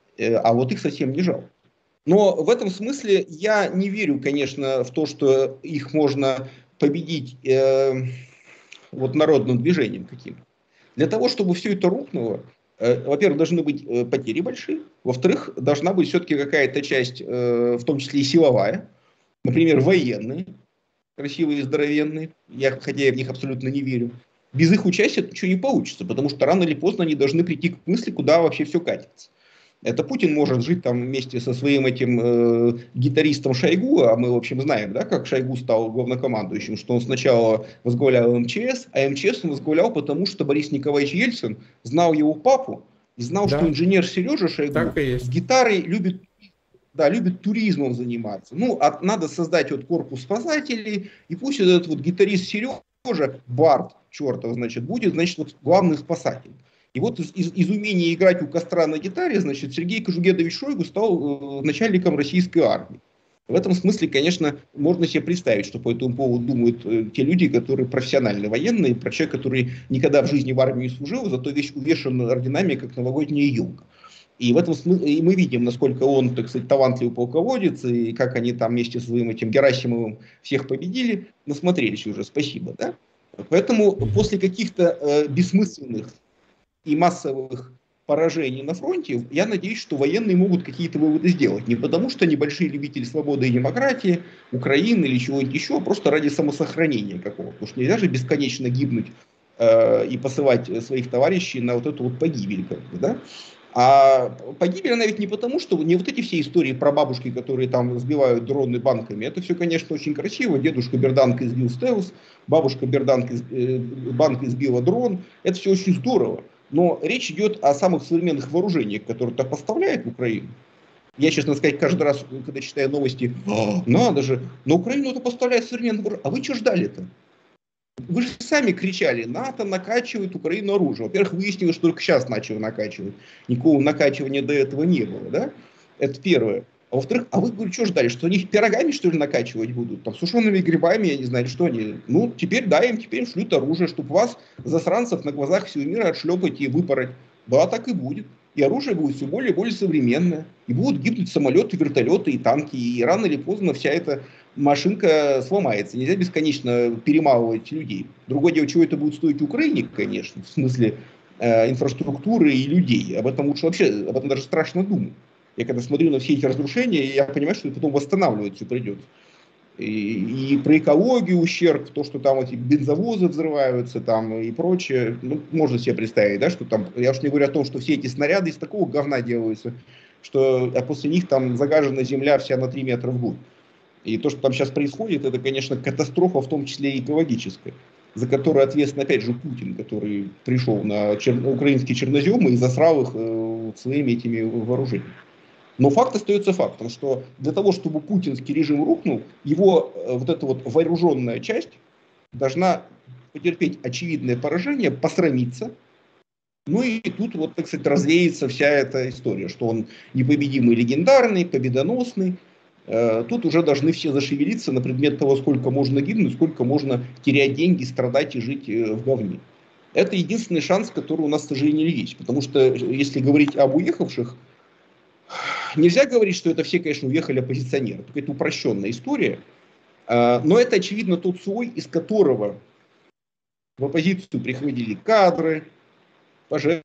А вот их совсем не жалко. Но в этом смысле я не верю, конечно, в то, что их можно победить э, вот народным движением каким-то. Для того, чтобы все это рухнуло, э, во-первых, должны быть э, потери большие, во-вторых, должна быть все-таки какая-то часть, э, в том числе и силовая, например, военные, красивые и здоровенные, я, хотя я в них абсолютно не верю. Без их участия ничего не получится, потому что рано или поздно они должны прийти к мысли, куда вообще все катится. Это Путин может жить там вместе со своим этим э, гитаристом Шойгу, а мы, в общем, знаем, да, как Шойгу стал главнокомандующим, что он сначала возглавлял эм че эс, а эм че эс он возглавлял потому, что Борис Николаевич Ельцин знал его папу и знал, да. что инженер Сережа Шойгу с гитарой любит, да, любит туризмом заниматься. Ну, а надо создать вот корпус спасателей, и пусть этот вот гитарист Сережа, Барт, чертов, значит, будет, значит, вот главный спасатель. И вот из, из, из умения играть у костра на гитаре, значит, Сергей Кожугедович Шойгу стал э, начальником российской армии. В этом смысле, конечно, можно себе представить, что по этому поводу думают э, те люди, которые профессиональные военные, про человека, который никогда в жизни в армии не служил, зато весь увешан орденами, как новогодняя елка. И в этом смысле и мы видим, насколько он, так сказать, талантливый полководец, и как они там вместе с своим этим Герасимовым всех победили. Насмотрелись уже, спасибо, да? Поэтому после каких-то э, бессмысленных и массовых поражений на фронте, я надеюсь, что военные могут какие-то выводы сделать. Не потому, что они большие любители свободы и демократии, Украины или чего-нибудь еще, а просто ради самосохранения какого-то. Потому что нельзя же бесконечно гибнуть э, и посылать своих товарищей на вот эту вот погибель. Как бы, да? А погибель она ведь не потому, что не вот эти все истории про бабушки, которые там сбивают дроны банками. Это все, конечно, очень красиво. Дедушка Берданка избил стелс, бабушка Берданка э, банк избила дрон. Это все очень здорово. Но речь идет о самых современных вооружениях, которые так поставляет в Украину. Я, честно сказать, каждый раз, когда читаю новости, надо же, на Украину это поставляет современное вооружение. А вы что ждали-то? Вы же сами кричали, НАТО накачивает Украину оружие. Во-первых, выяснилось, что только сейчас начали накачивать. Никакого накачивания до этого не было, да? Это первое. А во-вторых, а вы, говорю, что ждали, что они их пирогами, что ли, накачивать будут? Там, сушеными грибами, я не знаю, что они. Ну, теперь, да, им теперь шлют оружие, чтобы вас, засранцев, на глазах всего мира отшлепать и выпороть. Да, так и будет. И оружие будет все более и более современное. И будут гибнуть самолеты, вертолеты и танки. И рано или поздно вся эта машинка сломается. Нельзя бесконечно перемалывать людей. Другое дело, чего это будет стоить Украине, конечно, в смысле э, инфраструктуры и людей. Об этом лучше вообще, об этом даже страшно думать. Я когда смотрю на все эти разрушения, я понимаю, что потом восстанавливать все придется. И, и про экологию ущерб, то, что там эти бензовозы взрываются там, и прочее. Ну, можно себе представить, да, что там, я уж не говорю о том, что все эти снаряды из такого говна делаются, что а после них там загажена земля вся на три метра в год. И то, что там сейчас происходит, это, конечно, катастрофа, в том числе и экологическая, за которую ответственен, опять же, Путин, который пришел на, чер... на украинские черноземы и засрал их э, своими этими вооружениями. Но факт остается фактом, что для того, чтобы путинский режим рухнул, его э, вот эта вот вооруженная часть должна потерпеть очевидное поражение, посрамиться. Ну и тут вот, так сказать, развеется вся эта история, что он непобедимый, легендарный, победоносный. Э, тут уже должны все зашевелиться на предмет того, сколько можно гибнуть, сколько можно терять деньги, страдать и жить э, в говне. Это единственный шанс, который у нас, к сожалению, есть. Потому что если говорить об уехавших, нельзя говорить, что это все, конечно, уехали оппозиционеры. Это какая-то упрощенная история. Но это, очевидно, тот слой, из которого в оппозицию приходили кадры, пожертвования,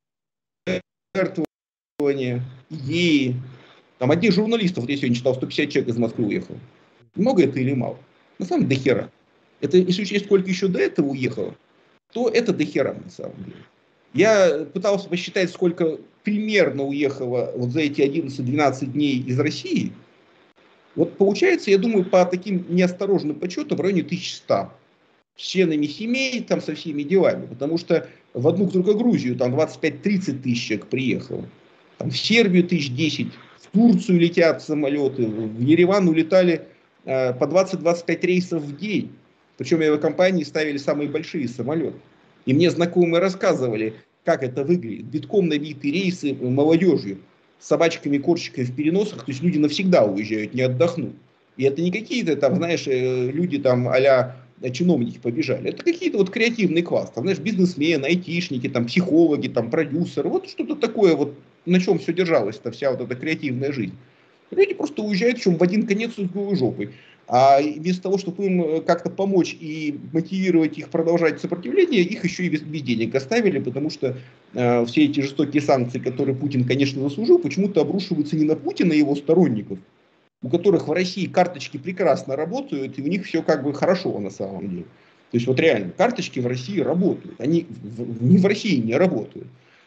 идеи. Там одних журналистов, вот я сегодня читал, сто пятьдесят человек из Москвы уехало. Много это или мало? На самом деле, до хера. Это, если учесть, сколько еще до этого уехало, то это дохера на самом деле. Я пытался посчитать, сколько примерно уехало вот за эти одиннадцать-двенадцать дней из России. Вот получается, я думаю, по таким неосторожным подсчетам в районе тысячи ста. С членами семей, там со всеми делами. Потому что в одну только Грузию там двадцать пять-тридцать тысяч человек приехало. Там в Сербию тысяч десять, в Турцию летят самолеты, в Ереван улетали э, по двадцать-двадцать пять рейсов в день. Причем авиакомпании ставили самые большие самолеты. И мне знакомые рассказывали, как это выглядит. Битком набитые рейсы молодежью, с собачками, кошечками в переносах. То есть люди навсегда уезжают, не отдохнут. И это не какие-то там, знаешь, люди там а-ля чиновники побежали. Это какие-то вот креативный класс. Там, знаешь, бизнесмены, айтишники, там, психологи, там, продюсеры. Вот что-то такое, вот на чем все держалось-то, вся вот эта креативная жизнь. Люди просто уезжают, причем в один конец с голой жопой. А вместо того, чтобы им как-то помочь и мотивировать их продолжать сопротивление, их еще и без, без денег оставили, потому что э, все эти жестокие санкции, которые Путин, конечно, заслужил, почему-то обрушиваются не на Путина и его сторонников, у которых в России карточки прекрасно работают, и у них все как бы хорошо на самом деле. То есть вот реально, карточки в России работают, они в, не в России не работают.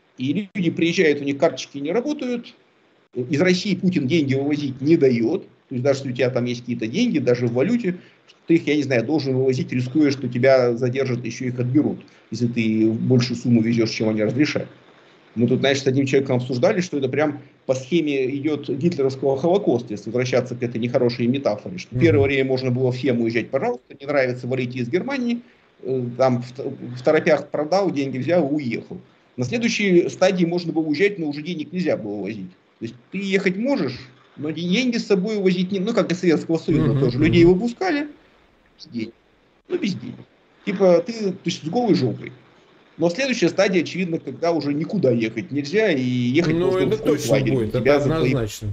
И люди приезжают, у них карточки не работают, из России Путин деньги вывозить не дает. То есть даже если у тебя там есть какие-то деньги, даже в валюте, ты их, я не знаю, должен вывозить, рискуя, что тебя задержат, еще их отберут, если ты большую сумму везешь, чем они разрешают. Мы тут, знаешь, с одним человеком обсуждали, что это прям по схеме идет гитлеровского Холокоста, если возвращаться к этой нехорошей метафоре. Что mm-hmm. первое время можно было всем уезжать, пожалуйста, не нравится, валите из Германии, там в торопях продал, деньги взял и уехал. На следующей стадии можно было уезжать, но уже денег нельзя было возить. То есть ты ехать можешь, но деньги с собой увозить не... Ну, как и Советского Союза mm-hmm. тоже. Людей выпускали без денег. Ну, без денег. Типа ты то есть, с голой жопой. Но следующая стадия, очевидно, когда уже никуда ехать нельзя, и ехать ну, можно это в точно лагерь. будет, это однозначно.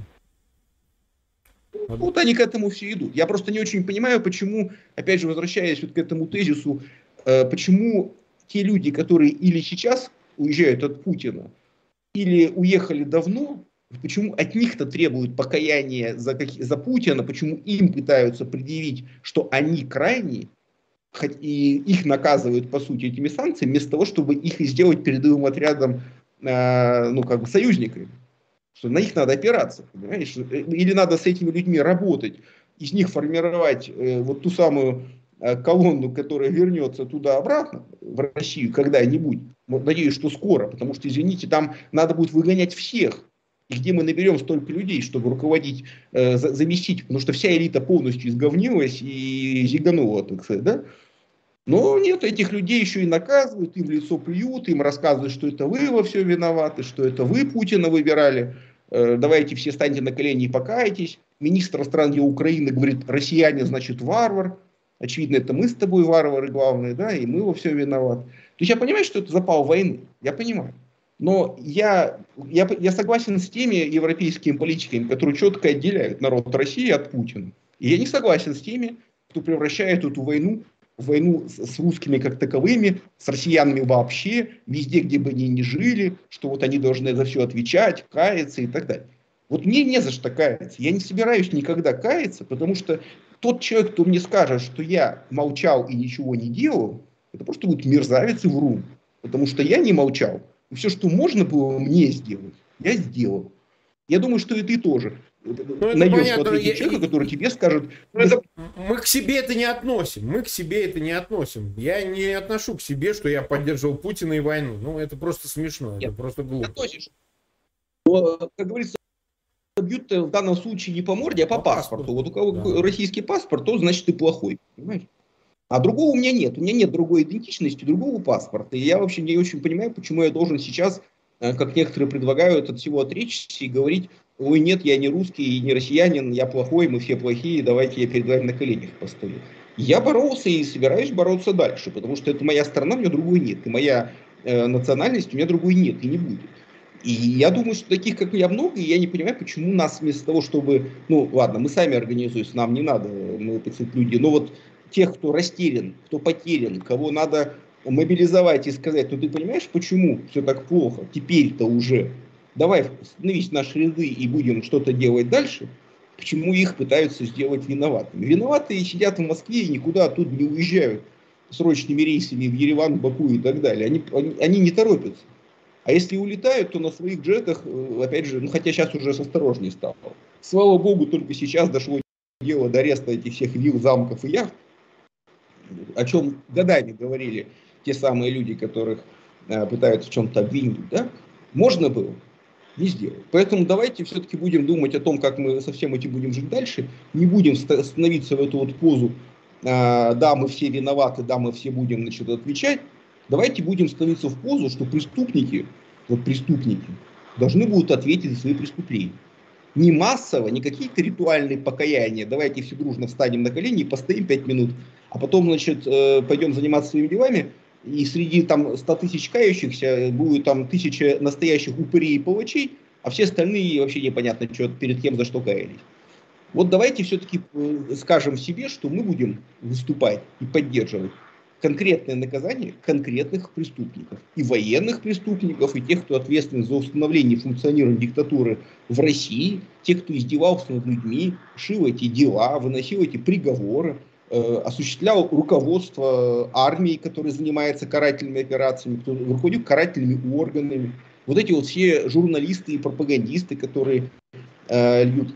Вот они к этому все идут. Я просто не очень понимаю, почему, опять же, возвращаясь вот к этому тезису, э, почему те люди, которые или сейчас уезжают от Путина, или уехали давно, почему от них-то требуют покаяния за, как, за Путина, почему им пытаются предъявить, что они крайние, и их наказывают, по сути, этими санкциями, вместо того, чтобы их сделать передовым отрядом, э, ну, как бы, союзниками. Что на них надо опираться, понимаешь? Или надо с этими людьми работать, из них формировать э, вот ту самую э, колонну, которая вернется туда-обратно, в Россию, когда-нибудь. Надеюсь, что скоро, потому что, извините, там надо будет выгонять всех. И где мы наберем столько людей, чтобы руководить, э, заместить, потому что вся элита полностью изговнилась и зиганула, так сказать, да? Но нет, этих людей еще и наказывают, им в лицо плюют, им рассказывают, что это вы во всем виноваты, что это вы Путина выбирали, э, давайте все станьте на колени и покайтесь. Министр иностранных дел Украины говорит, россияне значит варвар, очевидно, это мы с тобой варвары главные, да, и мы во всем виноваты. То есть я понимаю, что это запал войны, я понимаю. Но я, я, я согласен с теми европейскими политиками, которые четко отделяют народ России от Путина. И я не согласен с теми, кто превращает эту войну в войну с, с русскими как таковыми, с россиянами вообще, везде, где бы они ни жили, что вот они должны за все отвечать, каяться и так далее. Вот мне не за что каяться. Я не собираюсь никогда каяться, потому что тот человек, кто мне скажет, что я молчал и ничего не делал, это просто будет мерзавец и врун. Потому что я не молчал. И все, что можно было мне сделать, я сделал. Я думаю, что и ты тоже ну, найдешь вот этих человека, который тебе скажет... Это... Мы к себе это не относим. Мы к себе это не относим. Я не отношу к себе, что я поддерживал Путина и войну. Ну, это просто смешно. Нет, это просто глупо. Относишь. Но, как говорится, бьют в данном случае не по морде, а по, по паспорту. паспорту. Вот у кого да. российский паспорт, то значит ты плохой. Понимаешь? А другого у меня нет. У меня нет другой идентичности, другого паспорта. И я вообще не очень понимаю, почему я должен сейчас, как некоторые предлагают, от всего отречься и говорить, ой, нет, я не русский, не россиянин, я плохой, мы все плохие, давайте я перед вами на коленях постою. Я боролся и собираюсь бороться дальше, потому что это моя страна, у меня другой нет. И моя э, национальность, у меня другой нет и не будет. И я думаю, что таких, как я, много, и я не понимаю, почему нас вместо того, чтобы... Ну, ладно, мы сами организуемся, нам не надо, мы, так сказать, люди, но вот тех, кто растерян, кто потерян, кого надо мобилизовать и сказать, ну ты понимаешь, почему все так плохо, теперь-то уже, давай становись в наши ряды и будем что-то делать дальше, почему их пытаются сделать виноватыми. Виноватые сидят в Москве и никуда оттуда не уезжают. срочными рейсами в Ереван, Баку и так далее. Они, они, они не торопятся. А если улетают, то на своих джетах, опять же, ну хотя сейчас уже осторожнее стало. Слава богу, только сейчас дошло дело до ареста этих всех вилл, замков и яхт, о чем годами говорили те самые люди, которых э, пытаются в чем-то обвинить. Да? Можно было, не сделать. Поэтому давайте все-таки будем думать о том, как мы со всем этим будем жить дальше. Не будем становиться в эту вот позу, э, да, мы все виноваты, да, мы все будем, значит, отвечать. Давайте будем становиться в позу, что преступники, вот преступники, должны будут ответить за свои преступления. Не массово, не какие-то ритуальные покаяния. Давайте все дружно встанем на колени и постоим пять минут, а потом, значит, пойдем заниматься своими делами, и среди там ста тысяч кающихся будет там тысяча настоящих упырей и палачей, а все остальные вообще непонятно, что, перед кем за что каялись. Вот давайте все-таки скажем себе, что мы будем выступать и поддерживать конкретное наказание конкретных преступников. И военных преступников, и тех, кто ответственен за установление и функционирование диктатуры в России, тех, кто издевался над людьми, шил эти дела, выносил эти приговоры, э, осуществлял руководство армией, которая занимается карательными операциями, кто руководит карательными органами. Вот эти вот все журналисты и пропагандисты, которые э, льют,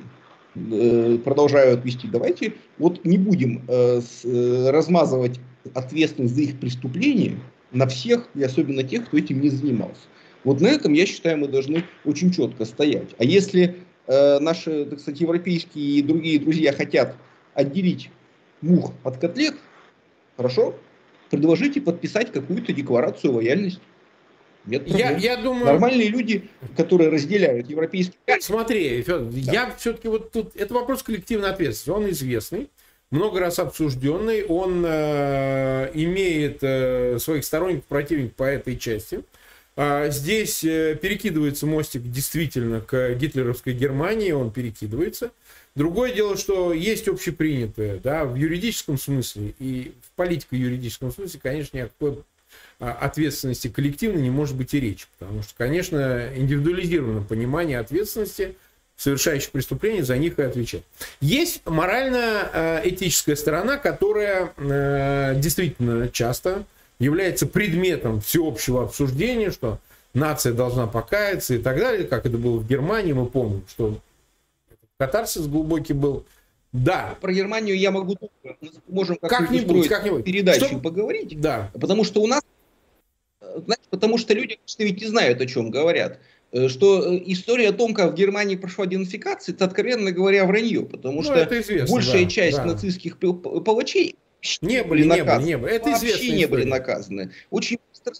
э, продолжают вести. Давайте вот не будем э, с, э, размазывать ответственность за их преступления на всех, и особенно тех, кто этим не занимался. Вот на этом, я считаю, мы должны очень четко стоять. А если э, наши, так сказать, европейские и другие друзья хотят отделить мух от котлет, хорошо, предложите подписать какую-то декларацию лояльности. Нет я, я думаю... Нормальные люди, которые разделяют европейские... Смотри, Федор, да. я все-таки вот тут... Это вопрос коллективной ответственности. Он известный, много раз обсужденный, он э, имеет э, своих сторонников, противников по этой части. А здесь э, перекидывается мостик действительно к гитлеровской Германии, он перекидывается. Другое дело, что есть общепринятое, да, в юридическом смысле и в политико-юридическом смысле, конечно, никакой ответственности коллективной не может быть и речи. Потому что, конечно, индивидуализированное понимание ответственности совершающих преступления, за них и отвечать. Есть морально-этическая сторона, которая действительно часто является предметом всеобщего обсуждения, что нация должна покаяться и так далее, как это было в Германии, мы помним, что катарсис глубокий был. Да. Про Германию я могу можем как-нибудь, как-нибудь передачу что? поговорить, да. Потому что у нас, знаете, потому что люди, конечно, ведь не знают, о чем говорят. Что история о том, как в Германии прошла денацификация, это, откровенно говоря, вранье, потому ну, что известно, большая да, часть да. нацистских палачей не были наказаны, не были, это вообще не были наказаны. Очень быстро.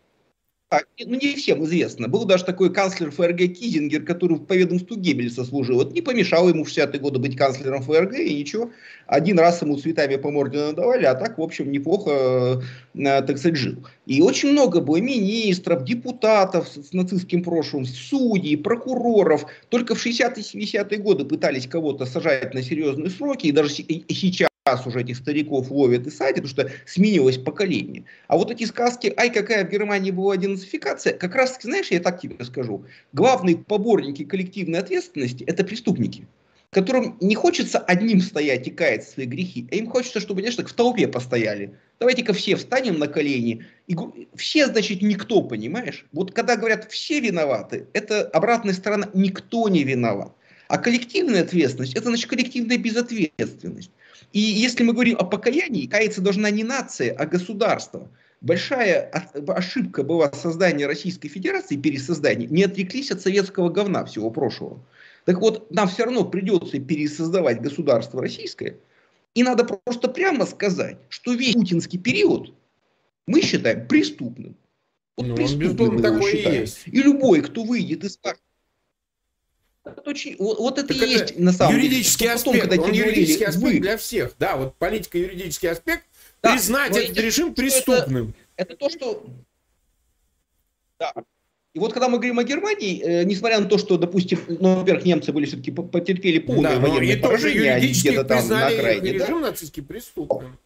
А, ну, не всем известно. Был даже такой канцлер ФРГ Кизингер, который по ведомству Геббельса служил. Вот не помешало ему в шестидесятые годы быть канцлером ФРГ, и ничего. Один раз ему цветами по морде надавали, а так, в общем, неплохо, э, так сказать, жил. И очень много было министров, депутатов с, с нацистским прошлым, судей, прокуроров. Только в шестидесятые-семидесятые годы пытались кого-то сажать на серьезные сроки, и даже и, и сейчас уже этих стариков ловят и садят, потому что сменилось поколение. А вот эти сказки, ай, какая в Германии была денацификация, как раз таки, знаешь, я так тебе скажу, главные поборники коллективной ответственности – это преступники, которым не хочется одним стоять и каять свои грехи, а им хочется, чтобы, знаешь, так в толпе постояли. Давайте-ка все встанем на колени. И все, значит, никто, понимаешь? Вот когда говорят «все виноваты», это обратная сторона «никто не виноват». А коллективная ответственность – это, значит, коллективная безответственность. И если мы говорим о покаянии, каяться должна не нация, а государство. Большая ошибка была создания Российской Федерации, пересоздания, не отреклись от советского говна всего прошлого. Так вот, нам все равно придется пересоздавать государство российское. И надо просто прямо сказать, что весь путинский период мы считаем преступным. Вот ну, преступным мы его считаем. И, и любой, кто выйдет и скажет, Очень, вот, вот это так и это есть на самом юридический деле. Аспект, Потом, когда он юридический говорили, аспект вы... для всех. Да, вот политико-юридический аспект. Да, признать этот это, режим преступным. Это, это то, что... Да. И вот когда мы говорим о Германии, э, несмотря на то, что, допустим, ну, во-первых, немцы были все-таки потерпели полное да, военное поражение, они где-то там на окраине. Режим да? нацистский преступным.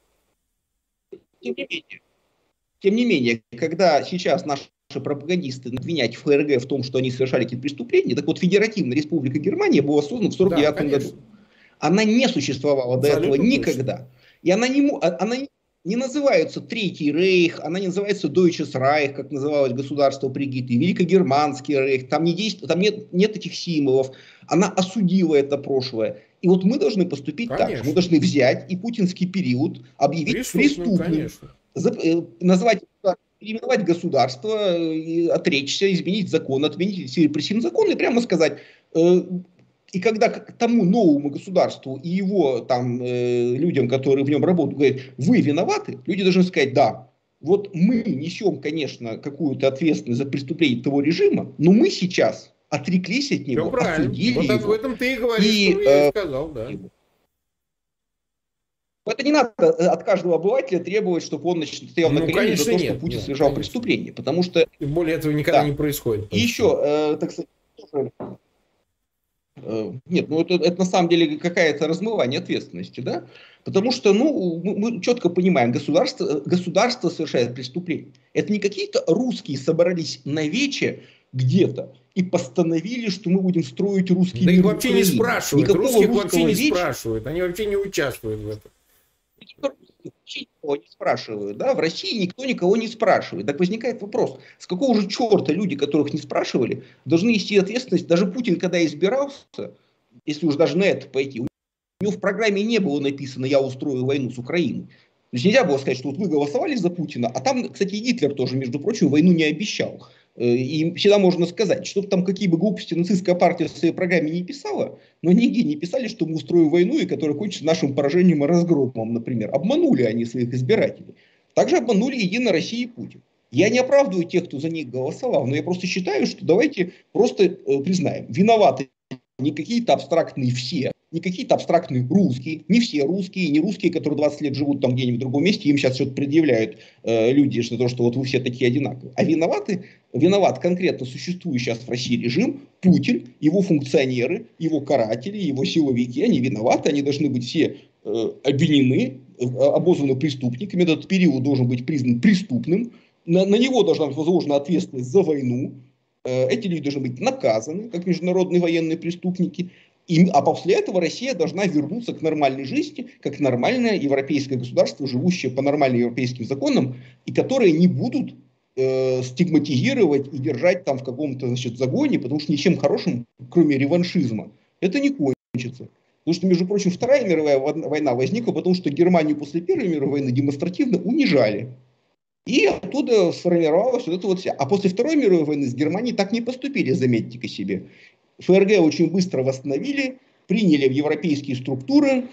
Тем не менее, тем не менее, когда сейчас наши пропагандисты обвинять ФРГ в том, что они совершали какие-то преступления, так вот, Федеративная Республика Германия была создана в сорок девятом да, году. Она не существовала до Абсолютно этого никогда. Точно. И она не, она не не называется Третий Рейх, она не называется Deutsches Reich, как называлось государство при Гитлере, Великогерманский Рейх, там, не действует, там нет, нет этих символов, она осудила это прошлое. И вот мы должны поступить Конечно. так же, мы должны взять и путинский период объявить Преступным, преступным, за, назвать, переименовать государство, отречься, изменить закон, отменить все репрессивные законы и прямо сказать... И когда к тому новому государству и его там э, людям, которые в нем работают, говорят, вы виноваты, люди должны сказать, да, вот мы несем, конечно, какую-то ответственность за преступление того режима, но мы сейчас отреклись от него, осудили вот его. В этом ты и говоришь, и, что я и сказал, да. Это не надо от каждого обывателя требовать, чтобы он стоял ну, на коленях за то, нет, что Путин нет, совершал конечно. преступление, потому что... Тем более этого никогда да. не происходит. И еще, э, так сказать, нет, ну это, это на самом деле какое-то размывание ответственности, да? Потому что, ну, мы, мы четко понимаем, государство, государство совершает преступление. Это не какие-то русские собрались на вече где-то и постановили, что мы будем строить русский да мир. Да их вообще Украине. не спрашивают, Никакого русских вообще не веча... спрашивают, они вообще не участвуют в этом. Вообще никого не спрашивают, да? В России никто никого не спрашивает. Так возникает вопрос, с какого же черта люди, которых не спрашивали, должны нести ответственность? Даже Путин, когда избирался, если уж даже на это пойти, у него в программе не было написано «я устрою войну с Украиной». То есть нельзя было сказать, что вот вы голосовали за Путина, а там, кстати, Гитлер тоже, между прочим, войну не обещал. И всегда можно сказать, что там какие бы глупости нацистская партия в своей программе не писала, но нигде не писали, что мы устроим войну, и которая кончится нашим поражением и разгромом, например. Обманули они своих избирателей. Также обманули Единая Россия и Путин. Я не оправдываю тех, кто за них голосовал, но я просто считаю, что давайте просто э, признаем, виноваты не какие-то абстрактные все, не какие-то абстрактные русские, не все русские, не русские, которые двадцать лет живут там где-нибудь в другом месте, им сейчас что-то предъявляют э, люди, что то, что вот вы все такие одинаковые. А виноваты, виноват конкретно существующий сейчас в России режим, Путин, его функционеры, его каратели, его силовики, они виноваты, они должны быть все э, обвинены, э, обозваны преступниками, этот период должен быть признан преступным, на, на него должна быть возложена ответственность за войну, э, эти люди должны быть наказаны, как международные военные преступники. И, а после этого Россия должна вернуться к нормальной жизни, как нормальное европейское государство, живущее по нормальным европейским законам, и которые не будут э, стигматизировать и держать там в каком-то, значит, загоне, потому что ничем хорошим, кроме реваншизма, это не кончится. Потому что, между прочим, Вторая мировая война возникла, потому что Германию после Первой мировой войны демонстративно унижали. И оттуда сформировалась вот это вот вся. А после Второй мировой войны с Германией так не поступили, заметьте-ка себе. ФРГ очень быстро восстановили, приняли в европейские структуры,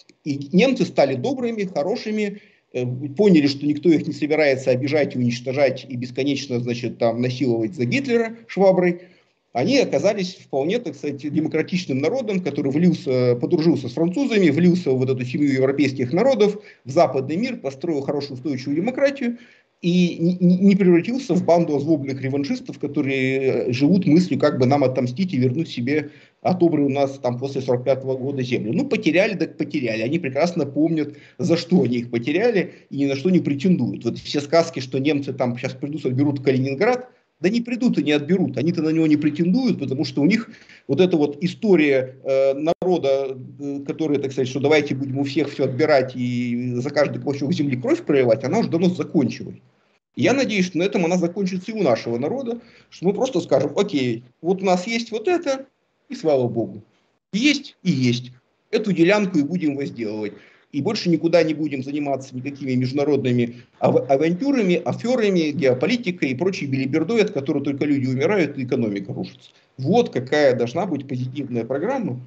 и немцы стали добрыми, хорошими, э, поняли, что никто их не собирается обижать, уничтожать и бесконечно, значит, там насиловать за Гитлера шваброй. Они оказались вполне, так сказать, демократичным народом, который влился, подружился с французами, влился в вот эту семью европейских народов, в западный мир, построил хорошую устойчивую демократию. И не превратился в банду озлобленных реваншистов, которые живут мыслью, как бы нам отомстить и вернуть себе отобранную у нас там после сорок пятого года землю. Ну, потеряли, так потеряли. Они прекрасно помнят, за что они их потеряли, и ни на что не претендуют. Вот все сказки, что немцы там сейчас придут, отберут Калининград, да не придут и не отберут. Они-то на него не претендуют, потому что у них вот эта вот история э, народа, э, который, так сказать, что давайте будем у всех все отбирать и за каждый клочок земли кровь проливать, она уже давно закончилась. Я надеюсь, что на этом она закончится и у нашего народа, что мы просто скажем, окей, вот у нас есть вот это, и слава богу. Есть и есть. Эту делянку и будем возделывать. И больше никуда не будем заниматься никакими международными ав- авантюрами, аферами, геополитикой и прочей белибердой, от которой только люди умирают и экономика рушится. Вот какая должна быть позитивная программа,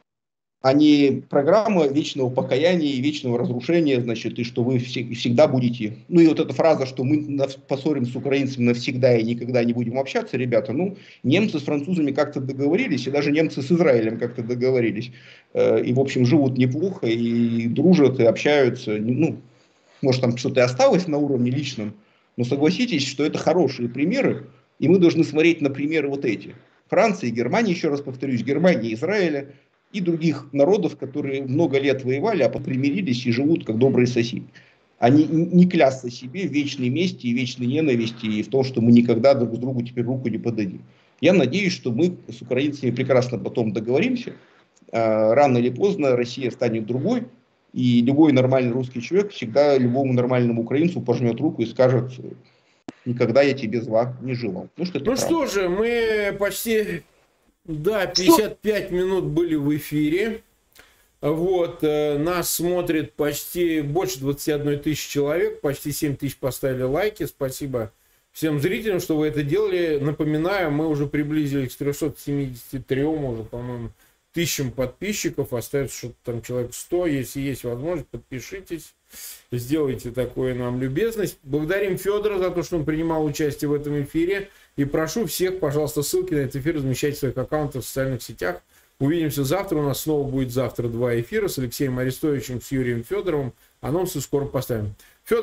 а не программа вечного покаяния и вечного разрушения, значит, и что вы всегда будете... Ну и вот эта фраза, что мы поссорим с украинцами навсегда и никогда не будем общаться, ребята, ну, немцы с французами как-то договорились, и даже немцы с Израилем как-то договорились. И, в общем, живут неплохо, и дружат, и общаются. Ну, может, там что-то и осталось на уровне личном, но согласитесь, что это хорошие примеры, и мы должны смотреть на примеры вот эти. Франции, Германии, еще раз повторюсь, Германии, Израиля, и других народов, которые много лет воевали, а потом примирились и живут как добрые соседи. А не, не клясться себе в вечной мести и вечной ненависти и в том, что мы никогда друг с другу теперь руку не подадим. Я надеюсь, что мы с украинцами прекрасно потом договоримся. Рано или поздно Россия станет другой, И любой нормальный русский человек всегда любому нормальному украинцу пожмет руку и скажет: никогда я тебе зла не желал. Ну, что, ну что же, мы почти, да, пятьдесят пять что? минут были в эфире. Вот, нас смотрит почти больше двадцати одной тысячи человек, почти семь тысяч поставили лайки. Спасибо всем зрителям, что вы это делали. Напоминаю, мы уже приблизились к трёмстам семидесяти трём, уже, по-моему, тысячам подписчиков. Остается что-то там человек сто. Если есть возможность, подпишитесь. Сделайте такую нам любезность. Благодарим Федора за то, что он принимал участие в этом эфире. И прошу всех, пожалуйста, ссылки на этот эфир размещать в своих аккаунтах в социальных сетях. Увидимся завтра. У нас снова будет завтра два эфира с Алексеем Арестовичем, с Юрием Федоровым. Анонсы скоро поставим.